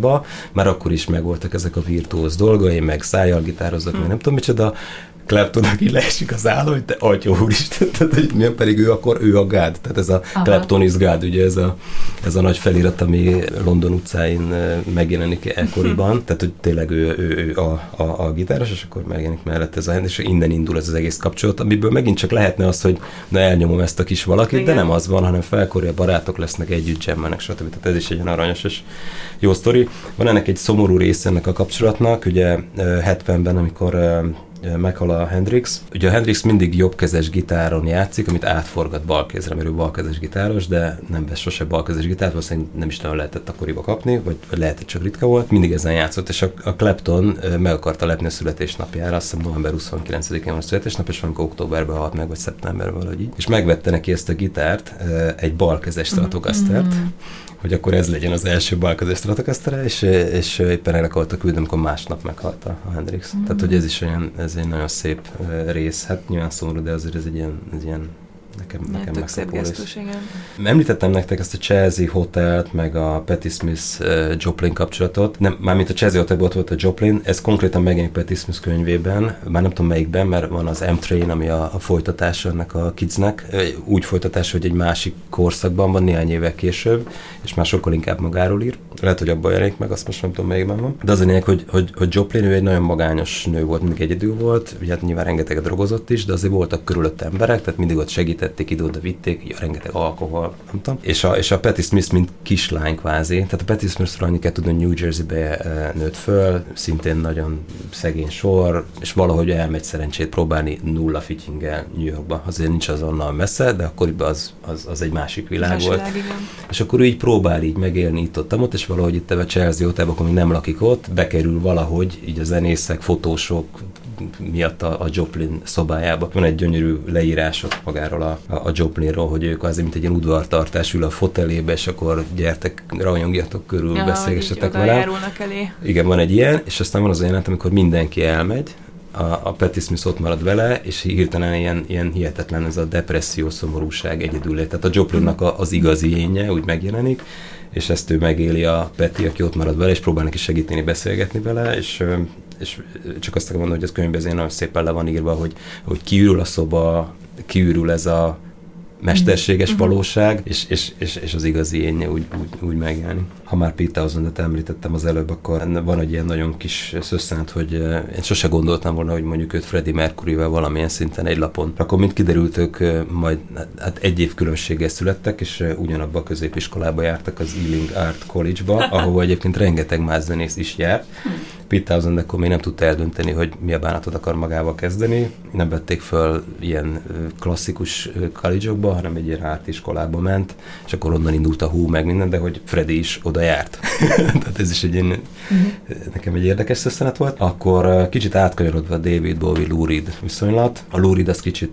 már akkor is megvoltak ezek a virtuóz dolgai, meg szájjal gitározok, hmm. meg nem tudom micsoda. Clapton, aki leesik az álló, hogy te atya úristen, tehát hogy milyen pedig ő akkor, ő a God. Tehát ez a Aha. Clapton is God, ugye ez a, ez a nagy felirat, ami London utcáin megjelenik ekkoriban, tehát hogy tényleg ő, ő, ő a, a, a gitáros, és akkor megjelenik mellett ez a hand, és innen indul ez az egész kapcsolat, amiből megint csak lehetne az, hogy na elnyomom ezt a kis valakit, igen. de nem az van, hanem felkorja, barátok lesznek, együtt jammelnek, stb. Tehát ez is egy aranyos és jó sztori. Van ennek egy szomorú része ennek a kapcsolatnak, ugye hetvenben, amikor meghal a Hendrix. Ugye a Hendrix mindig jobbkezes gitáron játszik, amit átforgat balkézre, mert ő balkezes gitáros, de nem vesz sose balkezes gitárt, valószínűleg nem is nagyon lehetett akkoriba kapni, vagy, vagy lehetett, csak ritka volt. Mindig ezen játszott, és a, a Clapton meg akarta lepni a születésnapjára, azt hiszem november huszonkilencedikén van a születésnap, és valamikor októberben halt meg, vagy szeptemberben, valahogy így. És megvette neki ezt a gitárt, egy balkezes Stratocastert, mm-hmm. hogy akkor ez legyen az első balkezes Stratocastere, és, és éppen erre akarta küldeni, amikor másnap meghalt a Hendrix. Mm-hmm. Tehát, hogy ez is olyan, ez egy nagyon szép uh, rész. Hát nyilván szomorú, de azért ez egy ilyen, ez ilyen nekem, nekem
tök szép gesztus, igen.
Említettem nektek ezt a Chelsea Hotelt, meg a Patti Smith uh, Joplin kapcsolatot. Nem, mármint a Chelsea Hotelban volt a Joplin, ez konkrétan megjelenik Patti Smith könyvében, már nem tudom melyikben, mert van az M-Train, ami a, a folytatása ennek a Kidsnek. Úgy folytatása, hogy egy másik korszakban van, néhány évvel később, és már sokkal inkább magáról ír. Lehet, hogy abban jelenik meg, azt most nem tudom melyikben van. De az a lényeg, hogy, hogy, hogy Joplin ő egy nagyon magányos nő volt, mindig egyedül volt, ugye hát nyilván rengeteget drogozott is, de azért voltak körülött emberek, tehát mindig ott segítették, ide-oda vitték, ugye, rengeteg alkohol, nem tudom. És a, és a Patti Smith, mint kislány kvázi, tehát a Patti Smithről annyi kell tudni, hogy New Jersey-be e, nőtt föl, szintén nagyon szegény sor, és valahogy elmegy szerencsét próbálni nulla fittinggel New Yorkba. Azért nincs azonnal messze, de akkoriban az, az, az egy másik világ Más volt. Világ, és akkor ő így próbál így megélni itt ott, ott és valahogy itt a Chelsea Hotelban, akkor még nem lakik ott, bekerül valahogy így a zenészek, fotósok miatt a, a Joplin szobájába. Van egy gyönyörű leírások magáról a, a, a Joplinról, hogy ők azért, mint egy ilyen udvartartás ül a fotelébe, és akkor gyertek, rajongjatok körül, ja, beszélgessetek vele.
Elé.
Igen, van egy ilyen, és aztán van az a jelent, amikor mindenki elmegy, a, a Patti Smith ott marad vele, és hirtelen ilyen, ilyen hihetetlen ez a depresszió, szomorúság, egyedüllét. Tehát a Joplinnak a, az igazi énje úgy megjelenik, és ezt ő megéli a Patti, aki ott marad vele, és próbál neki segíteni, beszélgetni vele, és, és csak azt akarom mondani, hogy ez könyvben azért nagyon szépen le van írva, hogy, hogy kiürül a szoba, kiürül ez a mesterséges uh-huh. valóság, és, és, és, és az igazi énje úgy, úgy, úgy megjelenik. Ha már Pete Townsend-et említettem az előbb, akkor van egy ilyen nagyon kis szösszenet, hogy én sose gondoltam volna, hogy mondjuk őt Freddie Mercuryvel valamilyen szinten egy lapon. Akkor mint kiderült, ők majd hát egy év különbséggel születtek, és ugyanabba a középiskolába jártak, az Ealing Art College-ba, ahova egyébként rengeteg más zenész is járt. Pete Townshend akkor még nem tudta eldönteni, hogy mi a bánatot akar magával kezdeni. Nem vették föl ilyen klasszikus college-okba, hanem egy ilyen átiskolába ment, és akkor onnan indult a hú meg minden, de hogy Freddy is oda járt. Tehát ez is egy ilyen, uh-huh. nekem egy érdekes szösszenet volt. Akkor kicsit átkanyarodva a David Bowie-Lou Reed viszonylat. A Lou Reed az kicsit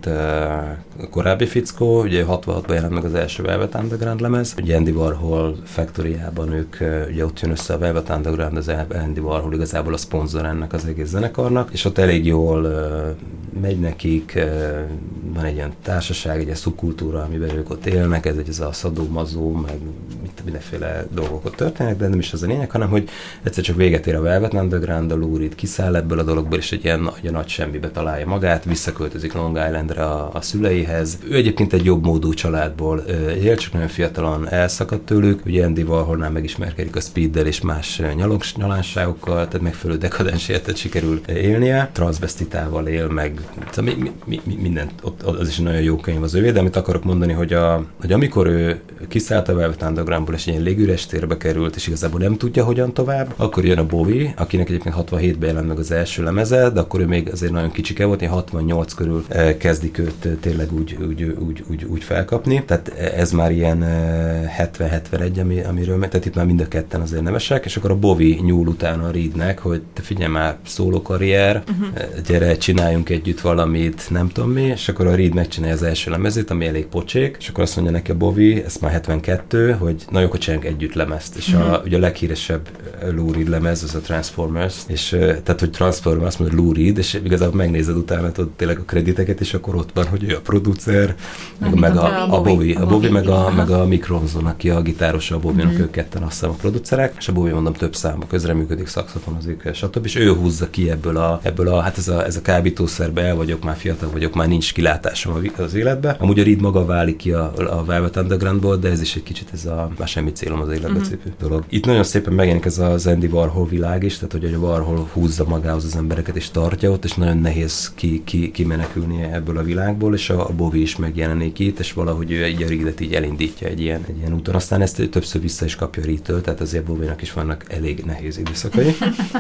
uh, korábbi fickó, ugye hatvanhatban jelent meg az első Velvet Underground lemez. Ugye Andy Warhol Factory-ában ők, ugye ott jön össze a Velvet Underground, az Andy Warhol igazából a szponzor ennek az egész zenekarnak, és ott elég jól uh, megy nekik, uh, van egy ilyen társaság, egy ilyen szubkultúra, amiben ők ott élnek, ez egy ez a szadó-mazó, meg mindenféle dolgok ott történnek, de nem is az a lényeg, hanem hogy egyszer csak véget ér a Velvet Underground, a Lou Reed kiszáll ebből a dologból, és egy ilyen egy nagy semmibe találja magát, visszaköltözik Long Islandre a, a szüleihez. Ő egyébként egy jobb módú családból uh, él, csak nagyon fiatalon elszakadt tőlük, ugye Andy Warholnál megismerkedik a speeddel és más nyalog, nyalánságokkal, tehát megfelelő dekadens életet sikerül élnie, transzvestitával él, meg mi, mi, mi, mindent, ott, az is egy nagyon jó könyv az övé, de amit akarok mondani, hogy, a, hogy amikor ő kiszállt a Velvet Undergroundból, és egy ilyen légüres térbe került, és igazából nem tudja, hogyan tovább, akkor jön a Bowie, akinek egyébként hatvanhétben jelent meg az első lemeze, de akkor ő még azért nagyon kicsike volt, én hatvannyolc körül kezdik őt tényleg úgy, úgy, úgy, úgy, úgy felkapni, tehát ez már ilyen hetven-hetvenegy, ami, amiről, tehát itt már mind a ketten azért nevesek, és akkor a Bowie nyúl utána a Reednek, hogy te figyelj már, szóló karrier, uh-huh. gyere, csináljunk együtt valamit, nem tudom mi, és akkor a Reed megcsinálja az első lemezét, ami elég pocsék, és akkor azt mondja neki a Bowie, ez már hetvenkettő, hogy na nagyon csinálunk együtt lemezt, és a, uh-huh. ugye a leghíresebb Lou Reed lemez, az a Transformers, és tehát, hogy Transformers, azt mondod Lou Reed, és igazából megnézed utána tudod, tényleg a krediteket, és akkor ott van, hogy ő a producer, meg, meg a, a, a Bobby, a Bobby, meg a, meg a Mick Ronson, aki a gitárosa a Bobbynak, uh-huh. ők ketten azt hiszem a producerek, és a Bobby, mondom, több számba közreműködik, szaxofonozik, stb. És ő húzza ki ebből a, ebből a hát ez a, ez a kábítószerbe, el vagyok, már fiatal vagyok, már nincs kilátásom az életbe. Amúgy a Reed maga válik ki a, a Velvet Undergroundból, de ez is egy kicsit ez a már semmi célom az életbe uh-huh. című dolog. Itt nagyon szépen megjelenik ez az Andy Warhol világ is, tehát hogy a Warhol húzza magához az embereket és tartja ott, és nagyon nehéz ki, ki, kimenekülnie ebből a világból, és a, a Bobby is megjelenik itt, és valahogy ő így a Reedet így elindítja egy ilyen, egy ilyen úton. Aztán ezt többször vissza is kapja Reedtől, tehát azért Bobbynak is vannak elég nehéz időszakai.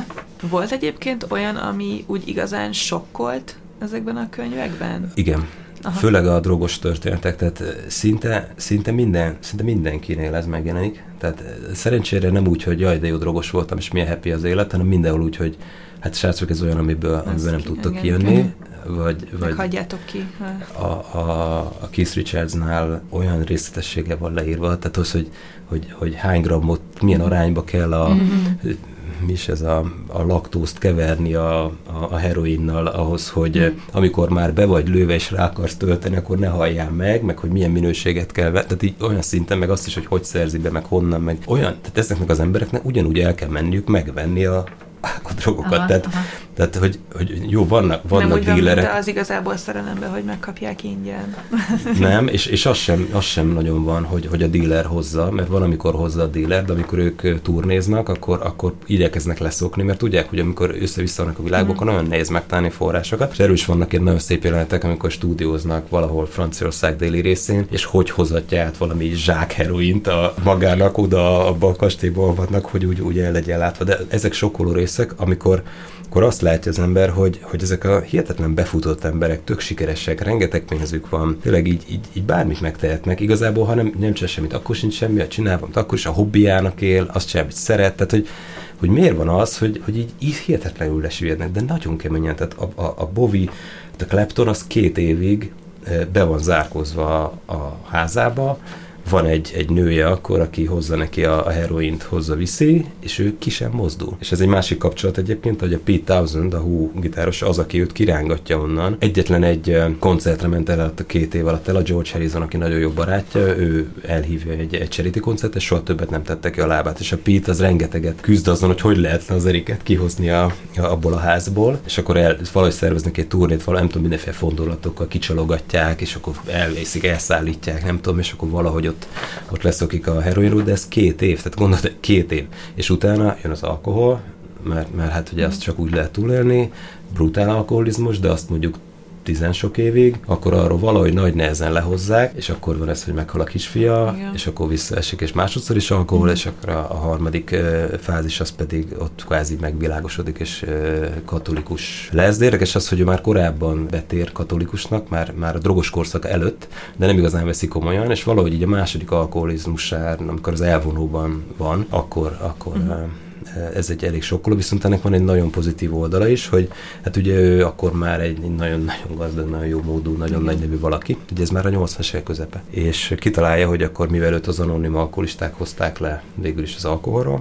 Volt egyébként olyan, ami úgy igazán sokkolt ezekben a könyvekben?
Igen. Aha. Főleg a drogos történetek, tehát szinte, szinte, minden, szinte mindenkinél ez megjelenik. Tehát szerencsére nem úgy, hogy jaj, de jó drogos voltam, és milyen happy az élet, hanem mindenhol úgy, hogy hát srácok, ez olyan, amiből, amiből nem ki, tudtok igen, kijönni. Igen. Vagy, vagy
hagyjátok ki.
A, a, a Keith Richardsnál olyan részletessége van leírva, tehát az, hogy, hogy, hogy hány grammot, milyen arányba kell a mm-hmm. mi is ez a, a laktózt keverni a, a, a heroinnal ahhoz, hogy mm. amikor már be vagy lőve és rá akarsz tölteni, akkor ne halljál meg, meg hogy milyen minőséget kell venni. Tehát így olyan szinten, meg azt is, hogy hogy szerzi be, meg honnan, meg olyan, tehát ezeknek az embereknek ugyanúgy el kell menniük megvenni a a drogokat, aha, tehát, aha. tehát hogy, hogy jó, vannak, vannak
nem
dílerek.
Nem úgy van, az igazából szerelemben, hogy megkapják ingyen.
Nem, és, és az, sem, az sem nagyon van, hogy, hogy a díler hozza, mert van, amikor hozza a díler, de amikor ők turnéznak, akkor, akkor igyekeznek leszokni, mert tudják, hogy amikor össze-vissza vannak a világban, mm. akkor nagyon nehéz megtalálni forrásokat, és erről is vannak egy nagyon szép jelenetek, amikor stúdióznak valahol Franciaország déli részén, és hogy hozatja át valami zsák heroint a magának oda abban a kastélyban vannak, hogy úgy, úgy el legyen látva. De ezek sokkoló részek, amikor akkor azt látja az ember, hogy, hogy ezek a hihetetlen befutott emberek tök sikeresek, rengeteg pénzük van, tényleg így, így, így bármit megtehetnek, igazából, ha nem, nem csinál semmit, akkor sincs semmi, ha csinálom, akkor is a hobbiának él, azt csinál, amit szeret, tehát hogy, hogy miért van az, hogy, hogy így, így hihetetlenül lesüllyednek, de nagyon keményen, tehát a, a, a Bowie, a Clapton az két évig be van zárkózva a, a házába, van egy, egy nője akkor, aki hozza neki a, a heroint, hozza viszi, és ő ki sem mozdul. És ez egy másik kapcsolat egyébként, hogy a Pete Townshend, a Who gitáros, az, aki őt kirángatja onnan. Egyetlen egy koncertre ment el a két év alatt el, a George Harrison, aki nagyon jó barátja, ő elhívja egy, egy charity koncertet, soha többet nem tette ki a lábát, és a Pete az rengeteget küzd azon, hogy hogy lehetne az Eriket kihozni a, a, abból a házból, és akkor el, valahogy szerveznek egy turnét, valahogy nem tudom, mindenféle fondorlatokkal kicsalogatják, és akkor elvészik, elszállítják, nem tudom, és akkor valahogy ott ott leszokik a heroinról, de ez két év, tehát gondolod, két év. És utána jön az alkohol, mert, mert hát ugye azt csak úgy lehet túlélni, brutál alkoholizmus, de azt mondjuk tizen sok évig, akkor arról valahogy nagy nehezen lehozzák, és akkor van ez, hogy meghal a kisfia, igen. és akkor visszaesik, és másodszor is alkohol, mm. és akkor a, a harmadik uh, fázis az pedig ott kvázi megvilágosodik, és uh, katolikus lesz. De érdekes az, hogy ő már korábban betér katolikusnak, már, már a drogos korszak előtt, de nem igazán veszi komolyan, és valahogy így a második alkoholizmusár, amikor az elvonóban van, akkor, akkor mm. uh, ez egy elég sokkoló, viszont ennek van egy nagyon pozitív oldala is, hogy hát ugye ő akkor már egy nagyon-nagyon gazdag, nagyon jó módú, nagyon nagy nevű valaki, ugye ez már a nyolcvanas évek közepe, és kitalálja, hogy akkor mivel őt az anonim alkoholisták hozták le végül is az alkoholról,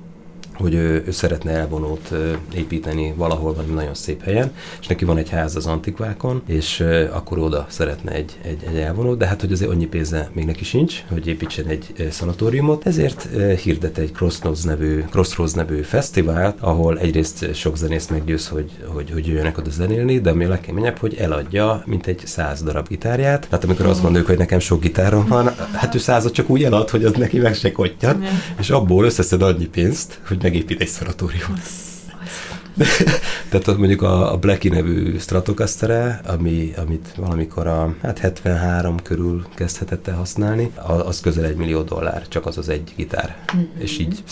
hogy ő, ő szeretne elvonót építeni valahol valami nagyon szép helyen, és neki van egy ház az Antikvákon, és akkor oda szeretne egy, egy, egy elvonót, de hát, hogy azért annyi pénze még neki sincs, hogy építsen egy szanatóriumot, ezért hirdet egy Crossroads nevű, Crossroads nevű fesztivált, ahol egyrészt sok zenész meggyőz, hogy, hogy, hogy jöjjenek oda zenélni, de ami a legkeményebb, hogy eladja mintegy száz darab gitárját. Tehát amikor azt gondoljuk, hogy nekem sok gitárom van, hát ő százat csak úgy elad, hogy az neki meg se kottyan, és abból összeszed annyi pénzt, hogy megépít egy szanatóriumot. Tehát mondjuk a, a Blackie nevű Stratocaster, ami, amit valamikor a hát hetvenhárom körül kezdhetett el használni, az közel egy millió dollár, csak az az egy gitár, mm-hmm. és így száz.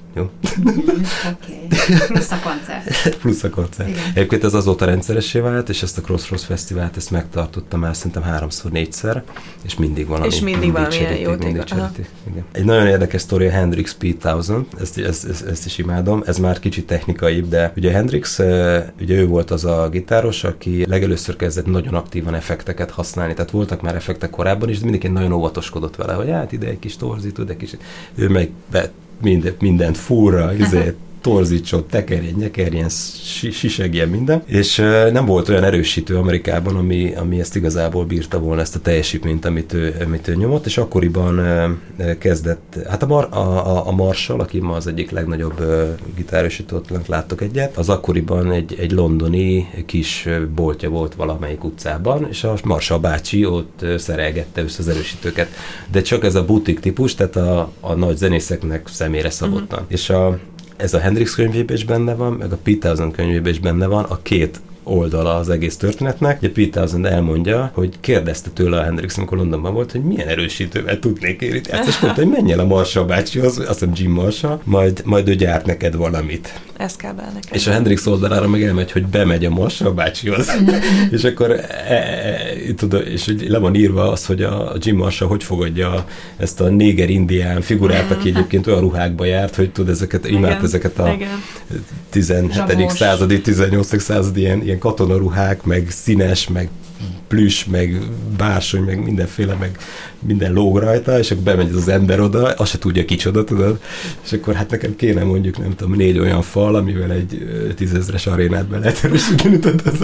Jó?
Oké. Okay. Plusz a koncert.
Plusz a koncert. Igen. Egyébként ez azóta rendszeressé vált, és ezt a Crossroads Fesztivált ezt megtartottam már szerintem háromszor, négyszer, és mindig valami.
És mindig, mindig valamilyen jót.
Mindig igen. Egy nagyon érdekes sztori a Hendrix P tízezer, ezt, ezt, ezt, ezt is imádom, ez már kicsit technikaibb, de ugye Hendrix, ugye ő volt az a gitáros, aki legelőször kezdett nagyon aktívan effekteket használni, tehát voltak már effektek korábban is, de mindig nagyon óvatoskodott vele, hogy hát ide egy kis torzító, de kis... Ő meg be Minden, mindent furra, izé, torzítson, tekerjen, nyekerjen, sisegjen minden. És uh, nem volt olyan erősítő Amerikában, ami, ami ezt igazából bírta volna, ezt a teljesítményt, amit ő, amit ő nyomott, és akkoriban uh, kezdett, hát a, Mar, a, a, a Marshall, aki ma az egyik legnagyobb uh, gitárosítót láttok egyet, az akkoriban egy, egy londoni kis boltja volt valamelyik utcában, és a Marshall bácsi ott uh, szerelgette össze az erősítőket. De csak ez a butik típus, tehát a, a nagy zenészeknek személyre szabottan. Uh-huh. És a ez a Hendrix könyvében is benne van, meg a P tízezer könyvében is benne van, a két oldala az egész történetnek. Ugye P tízezer elmondja, hogy kérdezte tőle a Hendrix, amikor Londonban volt, hogy milyen erősítővel tudnék éríteni. És mondta, hogy menj el a Marshall bácsihoz, azt hiszem Jim Marshall, majd, majd ő gyárt neked valamit.
Ez kell be nekem.
És a Hendrix oldalára meg elmegy, hogy bemegy a Marshall bácsihoz. És akkor e, e, tudod, és hogy le van írva az, hogy a Jim Marshall hogy fogadja ezt a néger indián figurát, aki egyébként olyan ruhákba járt, hogy tud ezeket, imád ezeket a tizenhetedik századi, tizennyolcadik századi ilyen, ilyen katonaruhák, meg színes, meg plüss, meg bársony, meg mindenféle, meg minden lóg rajta, és akkor bemegy az ember oda, azt se tudja kicsoda, tudod, és akkor hát nekem kéne mondjuk, nem tudom, négy olyan fal, amivel egy tízezres arénát be lehet erősíteni,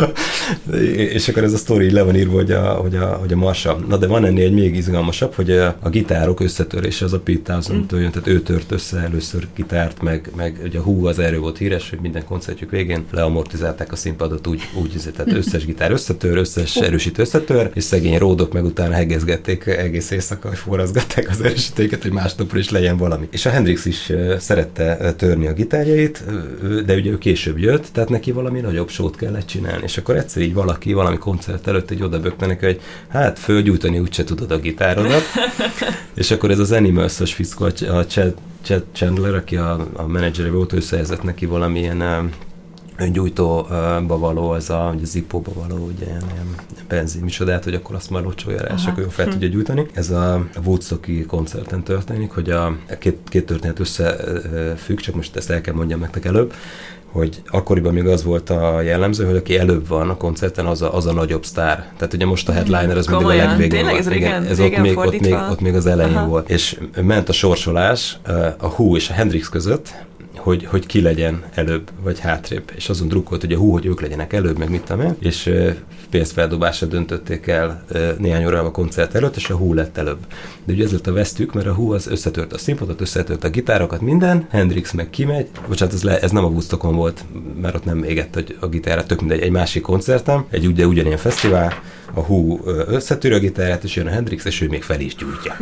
és akkor ez a sztori le van írva, hogy a, hogy a, hogy a Marshall. Na de van ennél egy még izgalmasabb, hogy a, a gitárok összetörése az a P tízezer-től jön, tehát ő tört össze először gitárt, meg, meg ugye a Who az erről volt híres, hogy minden koncertjük végén leamortizálták a színpadot úgy, úgy tehát összes gitár összetör, összes erősítő összetör, és szegény ródok meg utána hegezgették egész éjszaka, hogy forrazgatták az erősítőket, hogy másnapra is legyen valami. És a Hendrix is uh, szerette törni a gitárjait, uh, de ugye ő később jött, tehát neki valami nagyobb sót kellett csinálni. És akkor egyszer így valaki valami koncert előtt egy odabökte neki, hogy hát fölgyújtani úgyse tudod a gitárodat. És akkor ez az Animals-os fiszkó, a Chad, Chad Chandler, aki a, a menedzsere volt, ő szerzett neki valamilyen uh, öngyújtóba való, az a Zippo-ba való, ugye ilyen, ilyen benzin micsodát, hogy akkor azt már locsolja rá, és akkor jól fel tudja gyújtani. Ez a Woodstocki koncerten történik, hogy a két, két történet összefügg, csak most ezt el kell mondjam nektek előbb, hogy akkoriban még az volt a jellemző, hogy aki előbb van a koncerten, az a, az a nagyobb sztár. Tehát ugye most a headliner az mindig a legvégén
van. Ez, régen,
ez
régen
ott, még, ott, még, ott még az elején
Aha.
volt. És ment a sorsolás a Who és a Hendrix között, hogy, hogy ki legyen előbb, vagy hátrébb. És azon drukkolt, hogy a Who, hogy ők legyenek előbb, meg mit tudom én, és pénzfeldobásra döntötték el néhány órával a koncert előtt, és a Who lett előbb. De ugye ez lett a vesztük, mert a Who az összetört a színpadot, összetört a gitárokat, minden, Hendrix meg kimegy, bocsánat, ez, le, ez nem a Woodstockon volt, mert ott nem égett a gitárát, tök mindegy, egy másik koncertem, egy ugye ugyanilyen fesztivál, a Who összetör a gitárát, és jön a Hendrix, és ő még fel is gyújtja.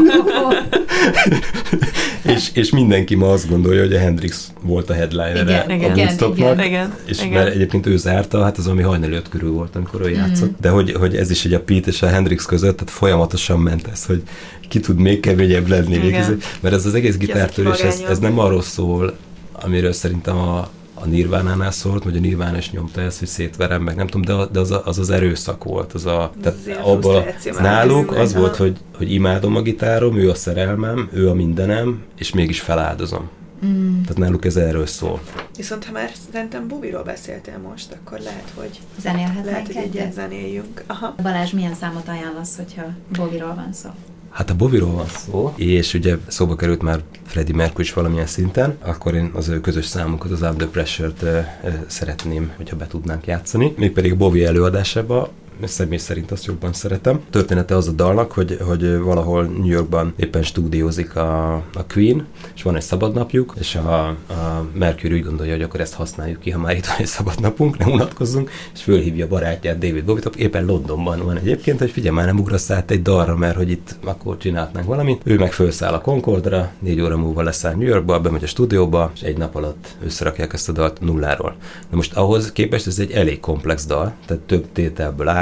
és, és mindenki ma azt gondolja, hogy a Hendrix volt a headliner a Woodstocknak, és igen. Mert egyébként ő zárta, hát az ami hajnali öt körül volt, amikor ő játszott. Mm. De hogy, hogy ez is egy a Pete és a Hendrix között, tehát folyamatosan ment ez, hogy ki tud még keményebb lenni. Végül, mert ez az egész gitártörés, ez, ez nem arról szól, amiről szerintem a a Nirvánánál szólt, vagy a Nirvana is nyomta ezt, hogy szétverem, meg nem tudom, de, de az, a, az az erőszak volt. Az a, tehát abban náluk az meg, volt, hogy, hogy imádom a gitárom, ő a szerelmem, ő a mindenem, és mégis feláldozom. Mm. Tehát náluk ez erről szól.
Viszont ha már szerintem Boviról beszéltél most, akkor lehet, hogy
zenélhetnénk
lehet, hogy egyet zenéljünk. Aha.
Balázs, milyen számot ajánlasz, hogyha Boviról van szó?
Hát a Boviról van szó, és ugye szóba került már Freddie Mercury is valamilyen szinten, akkor én az ő közös számunkat, az Under Pressure-t uh, szeretném, hogyha be tudnánk játszani. Mégpedig a Bowie előadásában, személy szerint azt jobban szeretem. Története az a dalnak, hogy, hogy valahol New Yorkban éppen stúdiózik a, a Queen, és van egy szabadnapjuk, és a, a Mercury úgy gondolja, hogy akkor ezt használjuk ki, ha már itt van egy szabadnapunk, ne unatkozzunk, és fölhívja a barátját, David Bowie-t, éppen Londonban van egyébként, hogy figyelj már, nem ugrasz át egy dalra, mert hogy itt akkor csinálhatnánk valamit. Ő meg felszáll a Concordra, négy óra múlva leszáll New Yorkba, bemegy a stúdióba, és egy nap alatt összerakják ezt a dalt nulláról. Na most ahhoz képest ez egy elég komplex dal, tehát több tételből áll,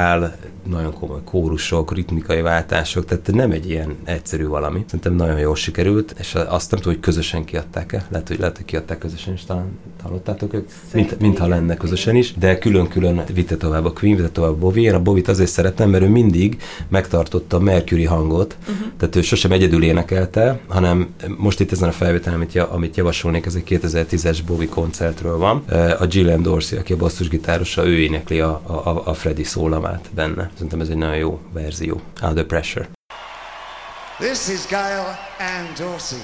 vokál, nagyon komoly kórusok, ritmikai váltások, tehát nem egy ilyen egyszerű valami. Szerintem nagyon jól sikerült, és azt nem tudom, hogy közösen kiadták-e. Lehet, hogy, lehet, hogy kiadták közösen is, talán hallottátok ők, mint, mintha lenne közösen is, de külön-külön vitte tovább a Queen, vitte tovább a Bowie. Én a Bowie-t azért szeretem, mert ő mindig megtartotta a Mercury hangot, uh-huh. tehát ő sosem egyedül énekelte, hanem most itt ezen a felvételen, amit, amit javasolnék, ez egy kétezer-tízes Bowie koncertről van. A Gillian Dorsey, aki a basszusgitárosa, ő énekli a, a, a Freddie szólamát benne. Szerintem ez egy nagyon jó verzió. Under Pressure.
This is Gail Ann Dorsey.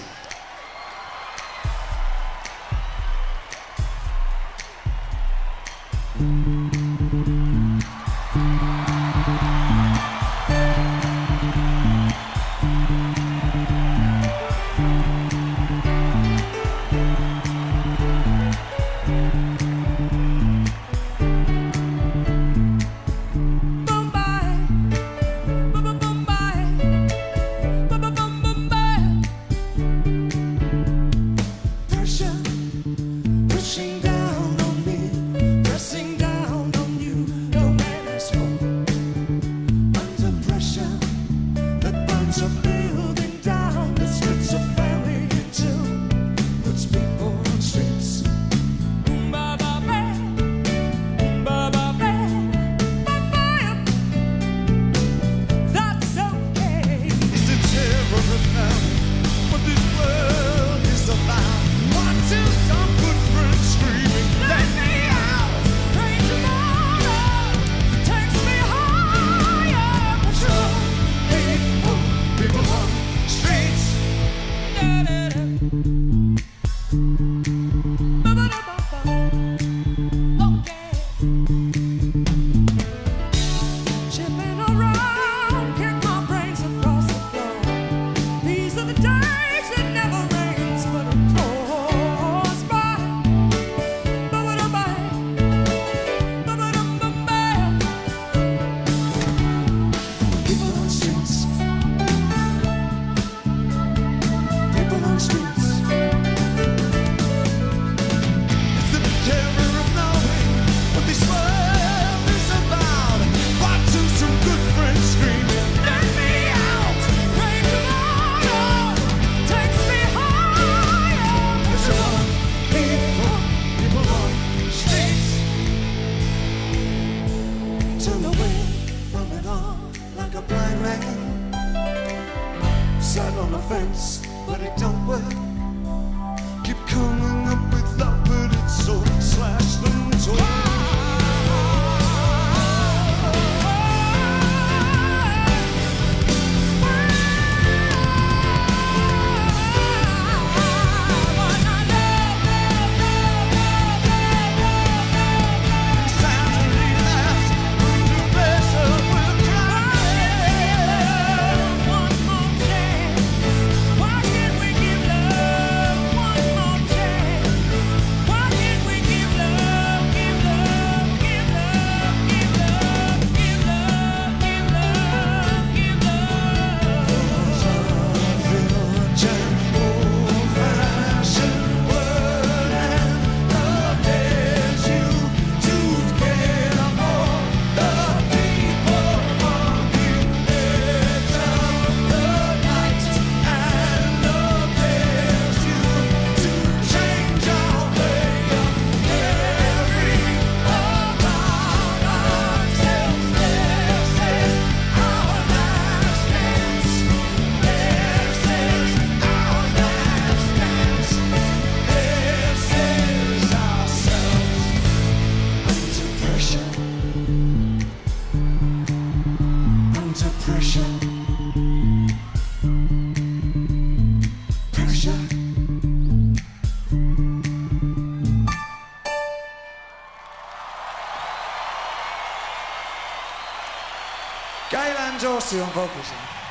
Gail Ann Dorsey on vocals.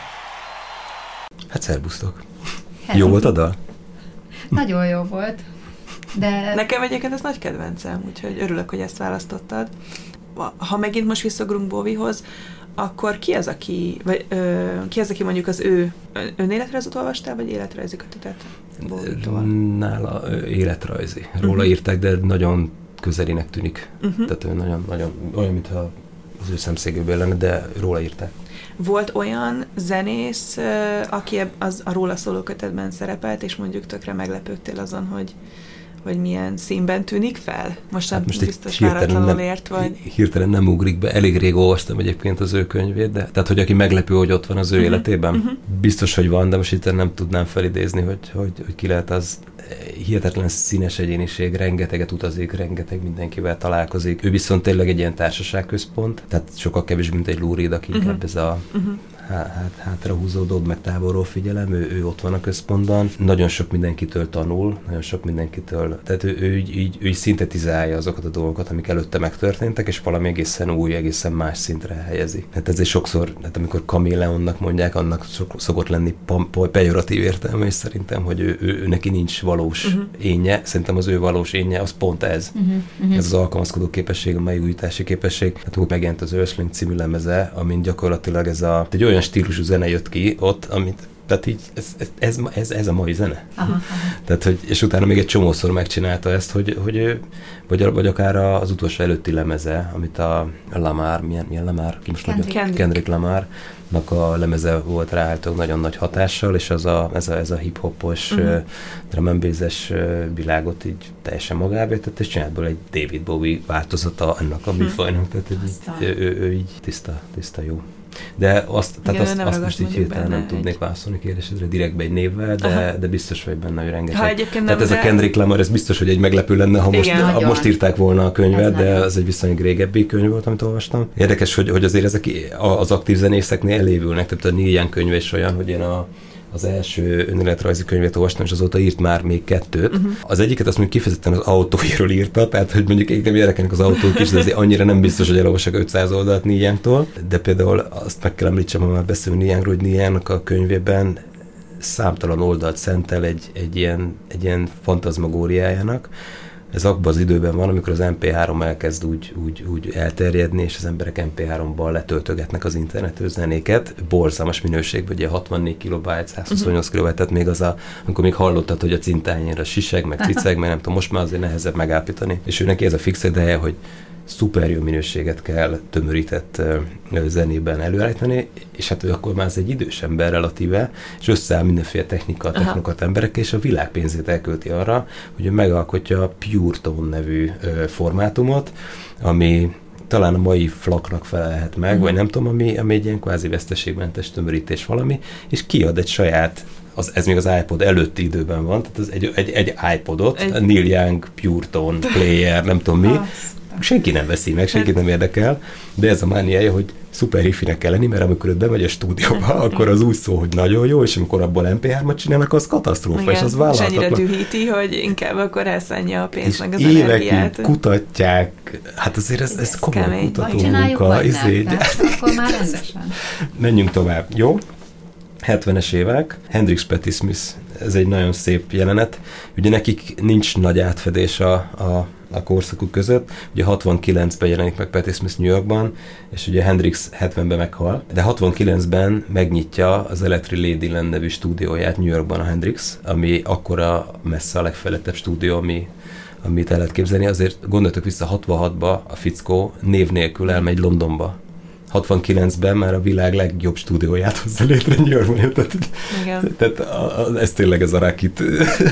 Hát szervusztok. Jó volt a dal?
Nagyon jó volt. De...
Nekem egyébként ez nagy kedvencem, úgyhogy örülök, hogy ezt választottad. Ha megint most visszagrunk Bowiehoz, akkor ki az, aki, vagy, ö, ki az, aki mondjuk az ő önéletrajzot olvastál, vagy életrajzi kötetet?
Nála ö, életrajzi. Róla uh-huh. írták, de nagyon közelinek tűnik. Uh-huh. Tehát ő nagyon, nagyon olyan, mintha az ő szemszögéből lenne, de róla írták.
Volt olyan zenész, aki az, a róla szóló kötetben szerepelt, és mondjuk tökre meglepődtél azon, hogy, hogy milyen színben tűnik fel? Most, hát most biztos váratlanul ért, vagy...
Hirtelen nem ugrik be. Elég rég olvastam egyébként az ő könyvét, de tehát, hogy aki meglepő, hogy ott van az ő uh-huh. életében, uh-huh. biztos, hogy van, de most itt nem tudnám felidézni, hogy, hogy, hogy ki lehet az. Hihetetlen színes egyéniség, rengeteget utazik, rengeteg mindenkivel találkozik. Ő viszont tényleg egy ilyen társaságközpont, tehát sokkal kevésbé, mint egy Lou Reed, aki uh-huh. inkább ez a uh-huh. hát, hátrahúzódó, meg távolról figyelem, ő, ő ott van a központban. Nagyon sok mindenkitől tanul, nagyon sok mindenkitől, tehát ő, ő, így, így, ő így szintetizálja azokat a dolgokat, amik előtte megtörténtek, és valami egészen új, egészen más szintre helyezi. Hát ezért sokszor, hát amikor kaméleonnak mondják, annak sok, szokott lenni pejoratív értelme, és szerintem, hogy ő, ő, ő neki nincs valós uh-huh. énje. Szerintem az ő valós énje az pont ez. Uh-huh. Uh-huh. Ez az alkalmazkodó képesség, a megújítási képesség. Hát akkor megjelent az Earthling című lemeze, amin gyakorlatilag ez a egy olyan stílusú zene jött ki ott, amit tehát így, ez, ez, ez, ez a mai zene. Aha, aha. Tehát, hogy, és utána még egy csomószor megcsinálta ezt, hogy, hogy ő, vagy, vagy akár az utolsó előtti lemeze, amit a Lamar, milyen, milyen Lamar? Ki most
Kendrick.
Kendrick. Kendrick Lamarnak a lemeze volt ráállítólag nagyon nagy hatással, és az a, ez a, ez a hip-hopos, uh-huh. uh, drum and bass-es uh, világot így teljesen magába tett, és csinált belőle egy David Bowie változata ennek a műfajnak, uh-huh. tehát ő, ő, ő, ő így tiszta, tiszta jó. De azt, tehát igen, azt, azt most így hirtelen nem egy... tudnék válaszolni kérdésedre direktbe egy névvel, de, de biztos vagy benne, hogy rengeteg. Tehát ez de... a Kendrick Lamar, ez biztos, hogy egy meglepő lenne, ha most, igen, ha most írták volna a könyvet, ez de az egy viszonylag régebbi könyv volt, amit olvastam. Érdekes, hogy, hogy azért ezek az aktív zenészeknél elévülnek, tehát a Neil Young könyve is olyan, hogy én a az első önéletrajzi könyvét olvastam, és azóta írt már még kettőt. Uh-huh. Az egyiket azt mondjuk kifejezetten az autóiról írta, tehát hogy mondjuk engem érdekelnek az autók is, de azért annyira nem biztos, hogy elolvasok ötszáz oldalt Neil Youngtól. De például azt meg kell említsem, ha már beszélünk Neil Youngról, hogy Neil Youngnak a könyvében számtalan oldalt szentel egy, egy, ilyen, egy ilyen fantazmagóriájának. Ez abban az időben van, amikor az em pé három elkezd úgy, úgy, úgy elterjedni, és az emberek em pé háromban letöltögetnek az internetes zenéket. Borzalmas minőségben, ugye hatvannégy kilobájt, százhuszonnyolc uh-huh. kilobájt, tehát még az a, amikor még hallottad, hogy a cintányéra siseg, meg ciceg, meg nem tudom, most már azért nehezebb megállapítani. És ő neki ez a fix ideje, hogy szuper jó minőséget kell tömörített uh, zenében előállítani, és hát ő akkor már az egy idős ember relatíve, és összeáll mindenféle technika, technokat emberekkel, és a világ pénzét elkölti arra, hogy ő megalkotja a Pure Tone nevű uh, formátumot, ami talán a mai flaknak felelhet meg, uh-huh. vagy nem tudom, ami, ami egy ilyen kvázi veszteségmentes tömörítés valami, és kiad egy saját, az, ez még az iPod előtti időben van, tehát ez egy, egy, egy iPodot, egy... Neil Young Pure Tone Player, nem tudom mi, senki nem veszi meg, senkit nem érdekel, de ez a mániája, hogy szuper hifinek kell lenni, mert amikor ő bemegy a stúdióba, akkor az úgy szól, hogy nagyon jó, és amikor abból em pé hármat csinálnak, az katasztrófa, igen, és az vállalhatatlan.
És ennyire dühíti, hogy inkább akkor elszánja a pénzt,
és
meg az
évekig
energiát.
kutatják, hát azért ez, ez komoly kutató munka.
Izé, akkor már rendesen.
Menjünk tovább, jó? hetvenes évek, Hendrix Patti Smith, ez egy nagyon szép jelenet. Ugye nekik nincs nagy átfedés a, a, a korszakuk között. Ugye hatvankilencben jelenik meg Patti Smith New Yorkban, és ugye Hendrix hetvenben meghal, de hatvankilencben megnyitja az Electric Ladyland nevű stúdióját New Yorkban a Hendrix, ami akkora messze a legfejlettebb stúdió, ami amit el lehet képzelni. Azért gondoltok vissza, hatvanhatba a fickó név nélkül elmegy Londonba. hatvankilencben már a világ legjobb stúdióját hozza létre New Yorkban. Tehát, tehát a, a, ez tényleg ez a rakit.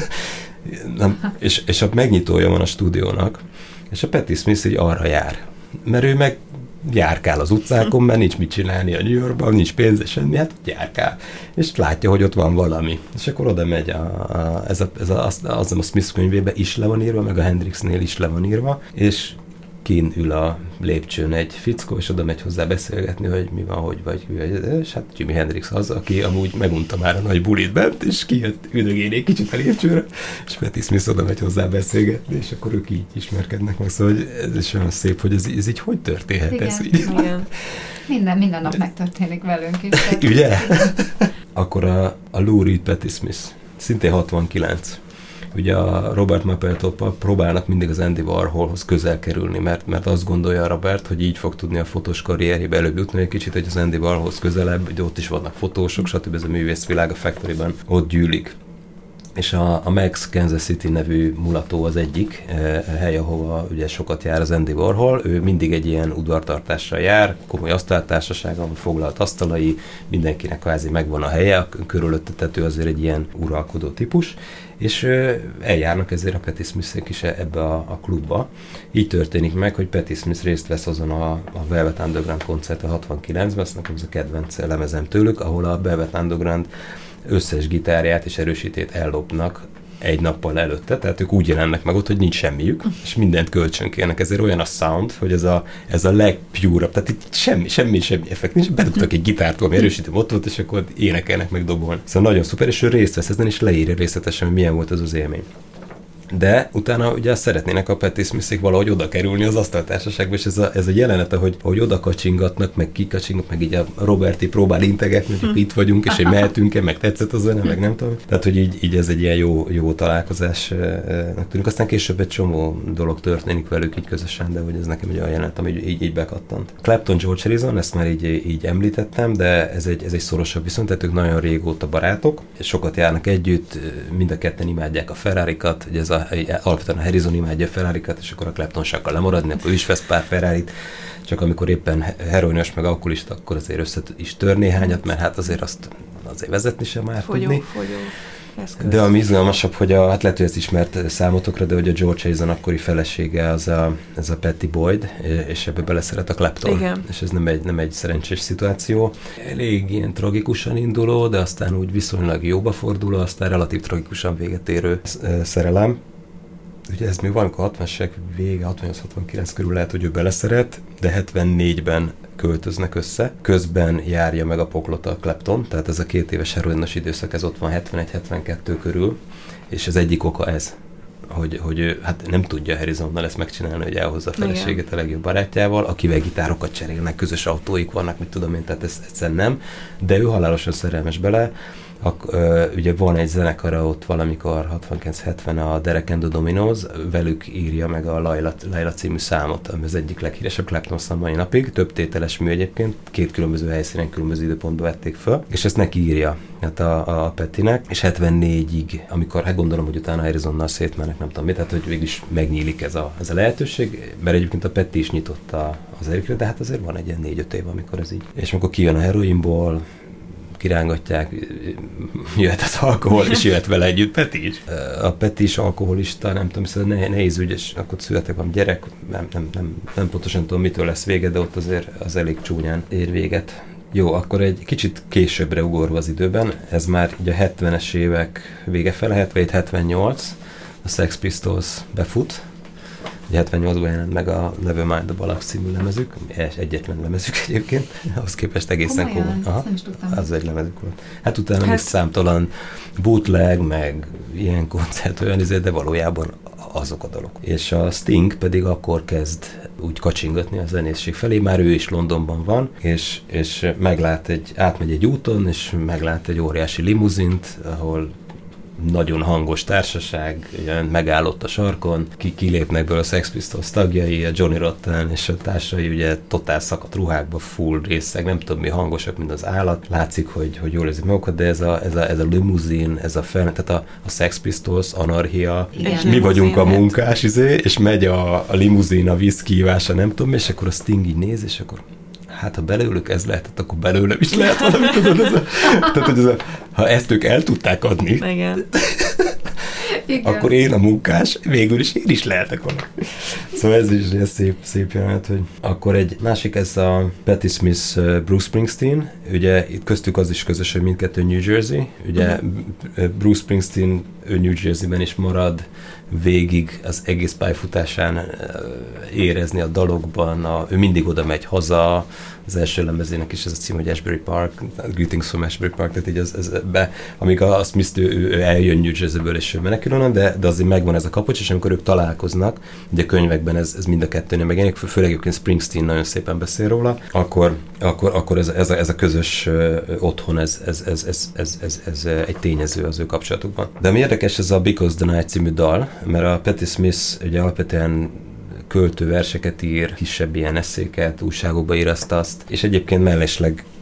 Nem, és, és a megnyitója van a stúdiónak, és a Patti Smith így arra jár. Mert ő meg járkál az utcákon, mert nincs mit csinálni a New Yorkban, nincs pénze semmi, hát járkál. És látja, hogy ott van valami. És akkor oda megy, a, a, ez, a, ez a, az, az a Smith könyvében is le van írva, meg a Hendrixnél is le van írva, és kín ül a lépcsőn egy fickó, és oda megy hozzá beszélgetni, hogy mi van, hogy vagy, és hát Jimi Hendrix az, aki amúgy megunta már a nagy bulit bent, és kijött üldögélni egy kicsit a lépcsőre, és Patti Smith oda megy hozzá beszélgetni, és akkor ők így ismerkednek meg, szóval ez is olyan szép, hogy ez, ez így hogy történhet?
Igen,
ez így?
igen. Minden, minden nap megtörténik velünk is.
Ugye? Akkor a, a Lou Reed Patti Smith, szintén hatvankilenc. Ugye a Robert Mapplethorpe próbálnak mindig az Andy Warholhoz közel kerülni, mert, mert azt gondolja a Robert, hogy így fog tudni a fotós karrierjébe előbb jutni egy kicsit, hogy az Andy Warholhoz közelebb, hogy ott is vannak fotósok, stb. Ez a művészvilág a Factoryben ott gyűlik. és a, a Max Kansas City nevű mulató az egyik e, hely, ahova ugye sokat jár az Andy Warhol. Ő mindig egy ilyen udvartartással jár, komoly asztaltársasággal, foglalt asztalai, mindenkinek kvázi megvan a helye, körülötte, tehát ő azért egy ilyen uralkodó típus, és ö, eljárnak ezért a Patti Smith-ek is ebbe a, a klubba. Így történik meg, hogy Patti Smith részt vesz azon a, a Velvet Underground koncerten hatvankilencben, azt nekem ez a kedvenc lemezem tőlük, ahol a Velvet Underground összes gitárját és erősítét ellopnak egy nappal előtte, tehát ők úgy jelennek meg ott, hogy nincs semmiük, és mindent kölcsönkérnek, ezért olyan a sound, hogy ez a, ez a legpure-abb, tehát itt semmi, semmi, semmi effekt nincs, bedugtak egy gitárt, ami erősítő ott volt, és akkor énekelnek meg dobolni. Szóval nagyon szuper, és ő részt vesz ezen, és leírja részletesen, hogy milyen volt az az élmény. De utána ugye szeretnének a Patti Smith-ék valahogy oda kerülni az asztaltársaságba, és ez a, ez a jelenete, hogy, hogy oda kacsingatnak, meg kikacsingatnak, meg így a Roberti próbál integetni, hogy hm. itt vagyunk, és hogy mehetünk-e, meg tetszett az zene, meg nem tudom. Tehát, hogy így, így ez egy ilyen jó, jó találkozásnak tűnik. Aztán később egy csomó dolog történik velük így közösen, de hogy ez nekem egy olyan jelenet, ami így, így bekattant. Clapton, George Harrison, ezt már így, így említettem, de ez egy, ez egy szorosabb viszont, tehát ők nagyon régóta barátok, és sokat járnak együtt, mind a ketten imádják a Ferrarikat, ugye ez a alapvetően a Harrison imádja a Ferrarikat, és akkor a Clapton se akar lemaradni, akkor ő is vesz pár Ferrarit, csak amikor éppen heroinos meg alkoholista, akkor azért össze is tör néhányat, mert hát azért azt azért vezetni sem már
fogyó,
tudni.
Fogyó.
De ami izgalmasabb, hogy a, hát lehet, hogy ez ismert számotokra, de hogy a George Harrison akkori felesége az a, ez a Patty Boyd, és ebbe beleszeret a Clapton.
Igen.
És ez nem egy, nem egy szerencsés szituáció. Elég ilyen tragikusan induló, de aztán úgy viszonylag jóba forduló, aztán relatív tragikusan véget érő szerelem. Ugye ez még valamikor hatvanas évek vége, hatvannyolc hatvankilenc körül lehet, hogy ő beleszeret, de hetvennégyben költöznek össze. Közben járja meg a poklot a Clapton, tehát ez a két éves heroinos időszak, ez ott van hetvenegy hetvenkettő körül, és az egyik oka ez, hogy, hogy ő hát nem tudja Harrisonnal ezt megcsinálni, hogy elhozza a feleséget a legjobb barátjával, akivel gitárokat cserélnek, közös autóik vannak, mit tudom én, tehát ez egyszerűen nem, de ő halálosan szerelmes bele. Ak, ö, ugye van egy zenekara ott valamikor hatvankilenc hetven a Derek and the Dominos, velük írja meg a Laila, Laila című számot, ami az egyik leghíresebb Clapton szám mai napig, több tételes mű egyébként, két különböző helyszínen, különböző időpontban vették föl, és ezt neki írja hát a, a Pattinek, és hetvennégyig, amikor, hát gondolom, hogy utána Harrisonnal szétmennek, nem tudom mit, tehát hogy végülis megnyílik ez a, ez a lehetőség, mert egyébként a Patti is nyitotta az erőkre, de hát azért van egy ilyen négy-öt év, amikor ez így. És amikor kijön a heroinból, kirángatják, jöhet az alkohol, és jöhet vele együtt Patti is. A Patti is alkoholista, nem tudom, szóval nehéz ügy, és akkor születek van gyerek, nem, nem, nem, nem pontosan tudom, mitől lesz vége, de ott azért az elég csúnyán ér véget. Jó, akkor egy kicsit későbbre ugorva az időben, ez már így a hetvenes évek vége fele, hetvenhét hetvennyolc, a Sex Pistols befut, hetvennyolcban jelent meg a Nevermind the Bollocks című lemezük, egyetlen lemezük egyébként, ahhoz képest egészen komoly. Aha, az egy lemezük volt. Hát utána hát... még számtalan bootleg, meg ilyen koncert, olyan izé, de valójában azok a dolog. És a Sting pedig akkor kezd úgy kacsingatni a zenészség felé, már ő is Londonban van, és, és meglát egy, átmegy egy úton, és meglát egy óriási limuzint, ahol nagyon hangos társaság, megállott a sarkon, ki kilépnek belőle a Sex Pistols tagjai, a Johnny Rotten és a társai ugye totál szakadt ruhákba, full részeg, nem tudom mi, hangosak, mint az állat. Látszik, hogy, hogy jól érzik magukat, de ez a, ez a, ez a limuzin, ez a fel, tehát a, a Sex Pistols, anarchia, igen, mi vagyunk a munkás, izé, és megy a, a limuzin, a vízkihívása, nem tudom, és akkor a Sting így néz, és akkor hát ha belőlük ez lehetett, akkor belőlem is lehet valami, tudod, ez a, tehát, hogy ez a, ha ezt ők el tudták adni,
igen.
akkor én a munkás, végül is én is lehetek valami. Szóval ez is egy szép, szép jelenet, hogy akkor egy másik, ez a Patti Smith, Bruce Springsteen, ugye itt köztük az is közös, hogy mindkettő New Jersey, ugye uh-huh. Bruce Springsteen, ő New Jersey-ben is marad, végig az egész pályafutásán érezni a dalokban, a, ő mindig oda megy haza, az első lemezének is ez a cím, hogy Ashbury Park, Greetings from Ashbury Park, tehát így az, az be, amíg a Smith ő, ő eljön New Jersey-ből és ő menekül onnan, de, de azért megvan ez a kapocs, és amikor ők találkoznak, ugye a könyvekben ez, ez mind a kettőnél megjelenik, főleg egyébként Springsteen nagyon szépen beszél róla, akkor, akkor, akkor ez, ez, a, ez a közös uh, otthon, ez, ez, ez, ez, ez, ez, ez egy tényező az ő kapcsolatukban. De ami érdekes, ez a Because the Night című dal, mert a Patti Smith ugye alapvetően költő verseket ír, kisebb ilyen eszéket, újságokba ír azt, azt, és egyébként mellesleg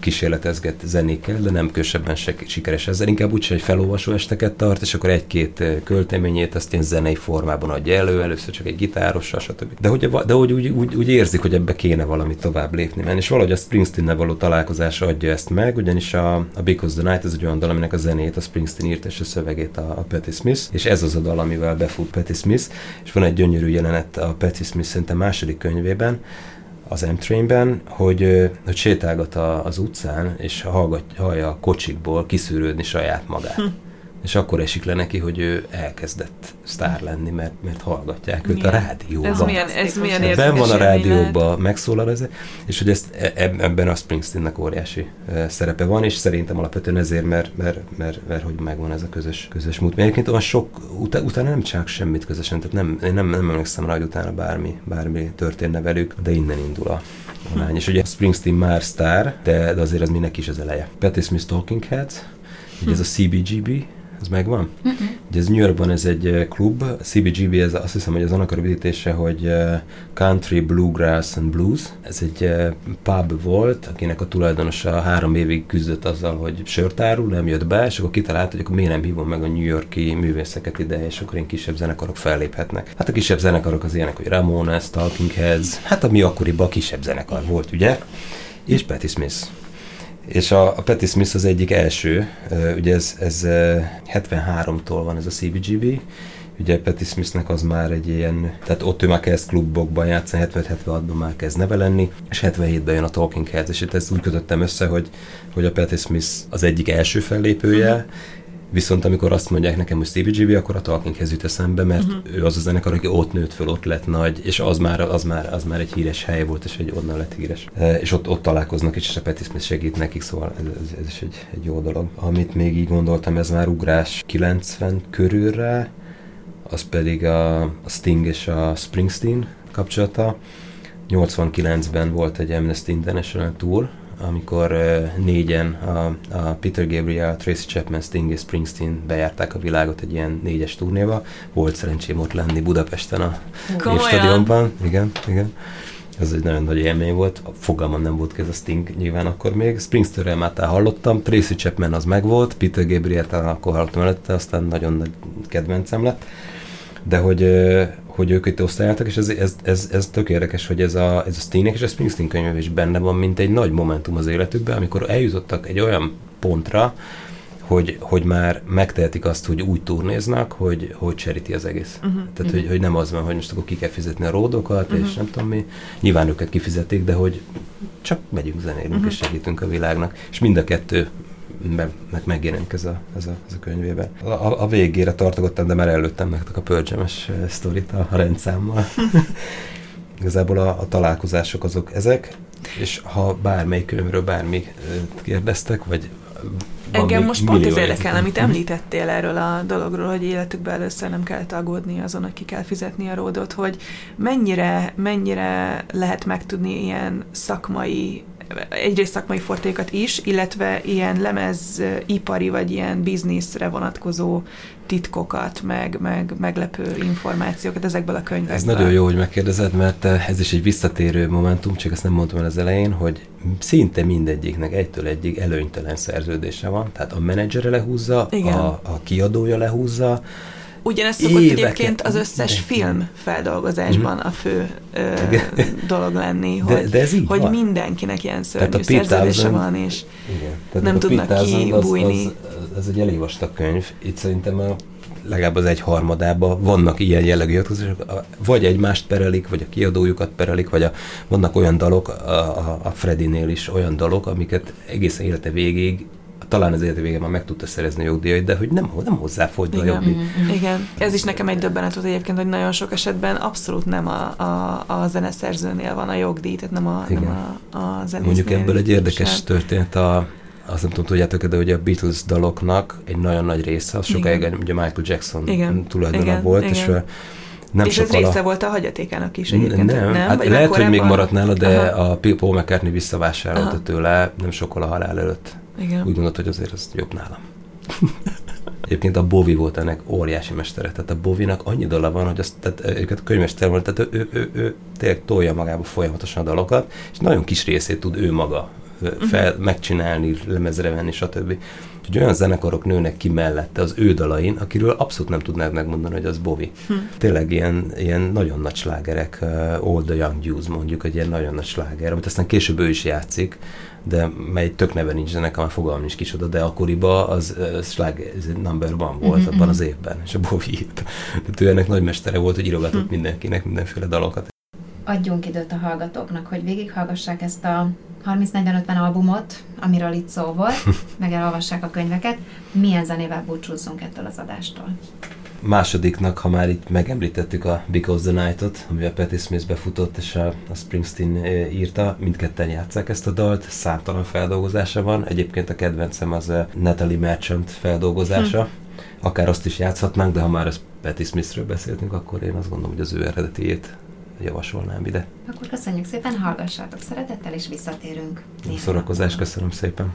kísérletezget zenékkel, de nem különösebben se sikeres ezzel, inkább úgy, hogy felolvasó esteket tart, és akkor egy-két költeményét azt ilyen zenei formában adja elő, először csak egy gitárossal, stb. De hogy, de hogy úgy, úgy, úgy érzik, hogy ebbe kéne valami tovább lépni menni, és valahogy a Springsteen-nel való találkozása adja ezt meg, ugyanis a, a Because the Night ez egy olyan dal, aminek a zenét a Springsteen írt, és a szövegét a, a Patti Smith, és ez az a dal, amivel befut Patti Smith, és van egy gyönyörű jelenet a Patti Smith szerintem második könyvében, az M-Trainben, hogy, hogy sétálgat a, az utcán, és hallgat, hallja a kocsikból kiszűrődni saját magát. Hm. És akkor esik le neki, hogy ő elkezdett sztár lenni, mert, mert hallgatják őt a rádióban.
Ez milyen, ez milyen érdekes.
Ben van a rádióban, megszólal ez, és hogy ezt, ebben a Springsteennek óriási szerepe van, és szerintem alapvetően ezért, mert, mert, mert, mert hogy megvan ez a közös, közös múlt. Egyébként olyan sok, utá, utána nem csak semmit közösen, tehát nem, én nem, nem emlékszem rá, hogy utána bármi, bármi történne velük, de innen indul a lány. És ugye a Springsteen már sztár, de, de azért ez mindenki is az eleje. Patti Smith Talking Heads, ugye ez a C B G B, ez megvan? Uh-huh. Ugye ez New Yorkban ez egy klub, a C B G B, ez azt hiszem, hogy az annak a rövidítése, hogy Country, Bluegrass and Blues. Ez egy pub volt, akinek a tulajdonosa három évig küzdött azzal, hogy sört árul, nem jött be, és akkor kitalált, hogy akkor miért nem hívom meg a New York-i művészeket ide, és akkor ilyen kisebb zenekarok felléphetnek. Hát a kisebb zenekarok az ilyenek, hogy Ramones, Talking Heads, hát a mi akkoriban kisebb zenekar volt, ugye? És Patti Smith. És a, a Patti Smith az egyik első, uh, ugye ez, ez uh, hetvenháromtól van ez a C B G B, ugye Patti Smithnek az már egy ilyen, tehát ott ő már kezd klubokban játszani, hetvenöt hetvenhatban már kezd neve lenni, és hetvenhétben jön a Talking Heads, és itt ezt úgy kötöttem össze, hogy, hogy a Patti Smith az egyik első fellépője, uh-huh. Viszont amikor azt mondják nekem, hogy C B G B, akkor a Talking Heads jut eszembe, mert uh-huh. ő az a zenekar, aki ott nőtt föl, ott lett nagy, és az már, az már, az már egy híres hely volt, és egy onnan lett híres. E, és ott, ott találkoznak, és a Patti Smith segít nekik, szóval ez, ez, ez is egy, egy jó dolog. Amit még így gondoltam, ez már ugrás kilencven körülre, az pedig a, a Sting és a Springsteen kapcsolata. nyolcvankilencben volt egy Amnesty International Tour, amikor uh, négyen a, a Peter Gabriel, Tracy Chapman, Sting és Springsteen bejárták a világot egy ilyen négyes turnéba. Volt szerencsém ott lenni Budapesten a Évstadionban. Igen, igen. Ez egy nagyon nagy élmény volt. Fogalmam nem volt ez a Sting nyilván akkor még. Springsteenről már hallottam, Tracy Chapman az megvolt, Peter Gabriel talán akkor hallottam előtte, aztán nagyon nagy kedvencem lett. De hogy, hogy ők itt osztályáltak, és ez, ez, ez, ez tök érdekes, hogy ez a, ez a Stingnek és a Springsteen könyv is benne van, mint egy nagy momentum az életükben, amikor eljutottak egy olyan pontra, hogy, hogy már megtehetik azt, hogy úgy turnéznak, hogy, hogy charity az egész. Uh-huh, Tehát, uh-huh. Hogy, hogy nem az van, hogy most akkor ki kell fizetni a ródokat, uh-huh. és nem tudom mi. Nyilván őket kifizetik, de hogy csak megyünk, zenélünk, uh-huh. és segítünk a világnak. És mind a kettő meg, meg megjelenik ez a, ez, a, ez a könyvében. A, a végére tartogottam, de már előttem nektek a Pearl Jam-es sztorit a, a rendszámmal. Igazából a, a találkozások azok ezek, és ha bármelyik könyvről bármi kérdeztek, vagy
engem most pont ez érdekel, amit említettél erről a dologról, hogy életükben először nem kellett aggódni azon, hogy ki kell fizetni a ródot, hogy mennyire, mennyire lehet megtudni ilyen szakmai, egyrészt szakmai fortékat is, illetve ilyen lemezipari vagy ilyen bizniszre vonatkozó titkokat, meg, meg meglepő információkat ezekből a könyvekből.
Ez nagyon jó, hogy megkérdezed, mert ez is egy visszatérő momentum, csak ezt nem mondtam el az elején, hogy szinte mindegyiknek egytől egyig előnytelen szerződése van, tehát a menedzsere lehúzza, a, a kiadója lehúzza.
Ugyanezt szokott éveket, egyébként az összes film feldolgozásban mm-hmm. a fő ö, dolog lenni, hogy, de, de ez így hogy van. Mindenkinek ilyen szörnyű szerződése van, és igen. Nem tudnak kibújni. Az, az, az egy elég vastag könyv. Itt szerintem a, legalább az egy harmadában vannak ilyen jellegű hivatkozások, vagy egymást perelik, vagy a kiadójukat perelik, vagy a, vannak olyan dalok, a, a, a Freddynél is olyan dalok, amiket egészen élete végéig talán az élete végén már meg tudta szerezni a jogdíjait, de hogy nem, nem hozzáfordul a jogdíj. Igen, ez is nekem egy döbbenet volt egyébként, hogy nagyon sok esetben abszolút nem a, a, a zeneszerzőnél van a jogdíj, tehát nem a, nem a, a zenésznél.
Mondjuk ebből egy érdekes sem. történet, a, azt nem tudom, tudjátok, de hogy a Beatles daloknak egy nagyon nagy része, az sokáig ugye Michael Jackson igen. tulajdona igen. volt, igen. és
nem és ez része a... volt a hagyatékának is egyébként.
Nem, nem? Hát lehet, hogy még maradt nála, de aha. a Paul McCartney visszavásárolta tőle nem sokkal a halál előtt. Igen. Úgy gondolt, hogy azért az jobb nálam. Egyébként a Bowie volt ennek óriási mestere. Tehát a Bowie-nak annyi dala van, hogy azt, tehát őket a könyvmester volt, tehát ő, ő, ő, ő tényleg tolja magába folyamatosan a dalokat, és nagyon kis részét tud ő maga fel, megcsinálni, lemezre venni, stb. Úgyhogy olyan zenekarok nőnek ki mellette az ő dalain, akiről abszolút nem tudnád megmondani, hogy az Bowie. Hm. Tényleg ilyen, ilyen nagyon nagy slágerek, uh, All the Young Jews mondjuk, egy ilyen nagyon nagy sláger, amit aztán később ő is játszik, de mely tök neve nincs zenek, már fogalmam nincs kicsoda, de akkoriban az uh, sláger number one volt mm-hmm. abban az évben, és a Bowie írt. Tehát ő ennek nagy mestere volt, hogy írogatott hm. mindenkinek mindenféle dalokat.
Adjunk időt a hallgatóknak, hogy végighallgassák ezt a harminc negyven ötven albumot, amiről itt szó volt, meg elolvassák a könyveket. Milyen zenével búcsúzzunk ettől az adástól?
Másodiknak, ha már itt megemlítettük a Because the Night-ot, ami a Patti Smith befutott, és a, a Springsteen írta, mindketten játsszák ezt a dalt, számtalan feldolgozása van. Egyébként a kedvencem az a Natalie Merchant feldolgozása. Hm. Akár azt is játszhatnánk, de ha már az Patti Smithről beszéltünk, akkor én azt gondolom, hogy az ő eredetiét javasolnám ide.
Akkor köszönjük szépen, hallgassátok szeretettel, és visszatérünk.
Néhány szórakozás, köszönöm szépen.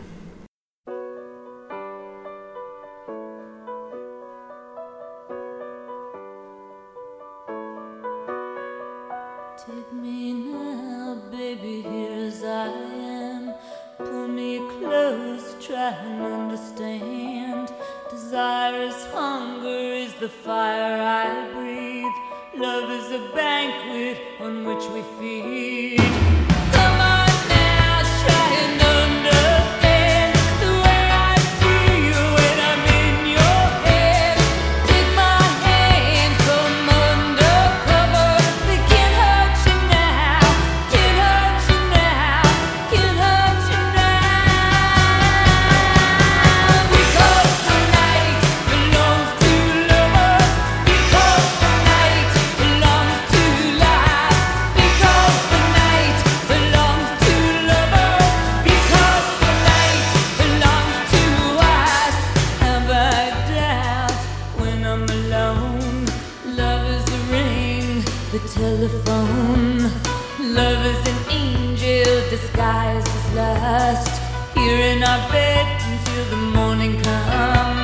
Take me now, baby, here as I am. Pull me close, try and understand. Desire is hunger, is the fire I breathe. Love is a banquet on which we feed. Come on now, try and understand the way I feel when I'm in your head. Take my hand from under cover. They can't hurt you now, can't hurt you now, can't hurt you now. Because the night belongs to lovers. Because the night belongs to life. Because the night belongs to lovers. Because the night belongs to us. Have I doubt when I'm alone? Love is a ring, the telephone. Love is an angel disguised as lust. Here in our bed until the morning comes.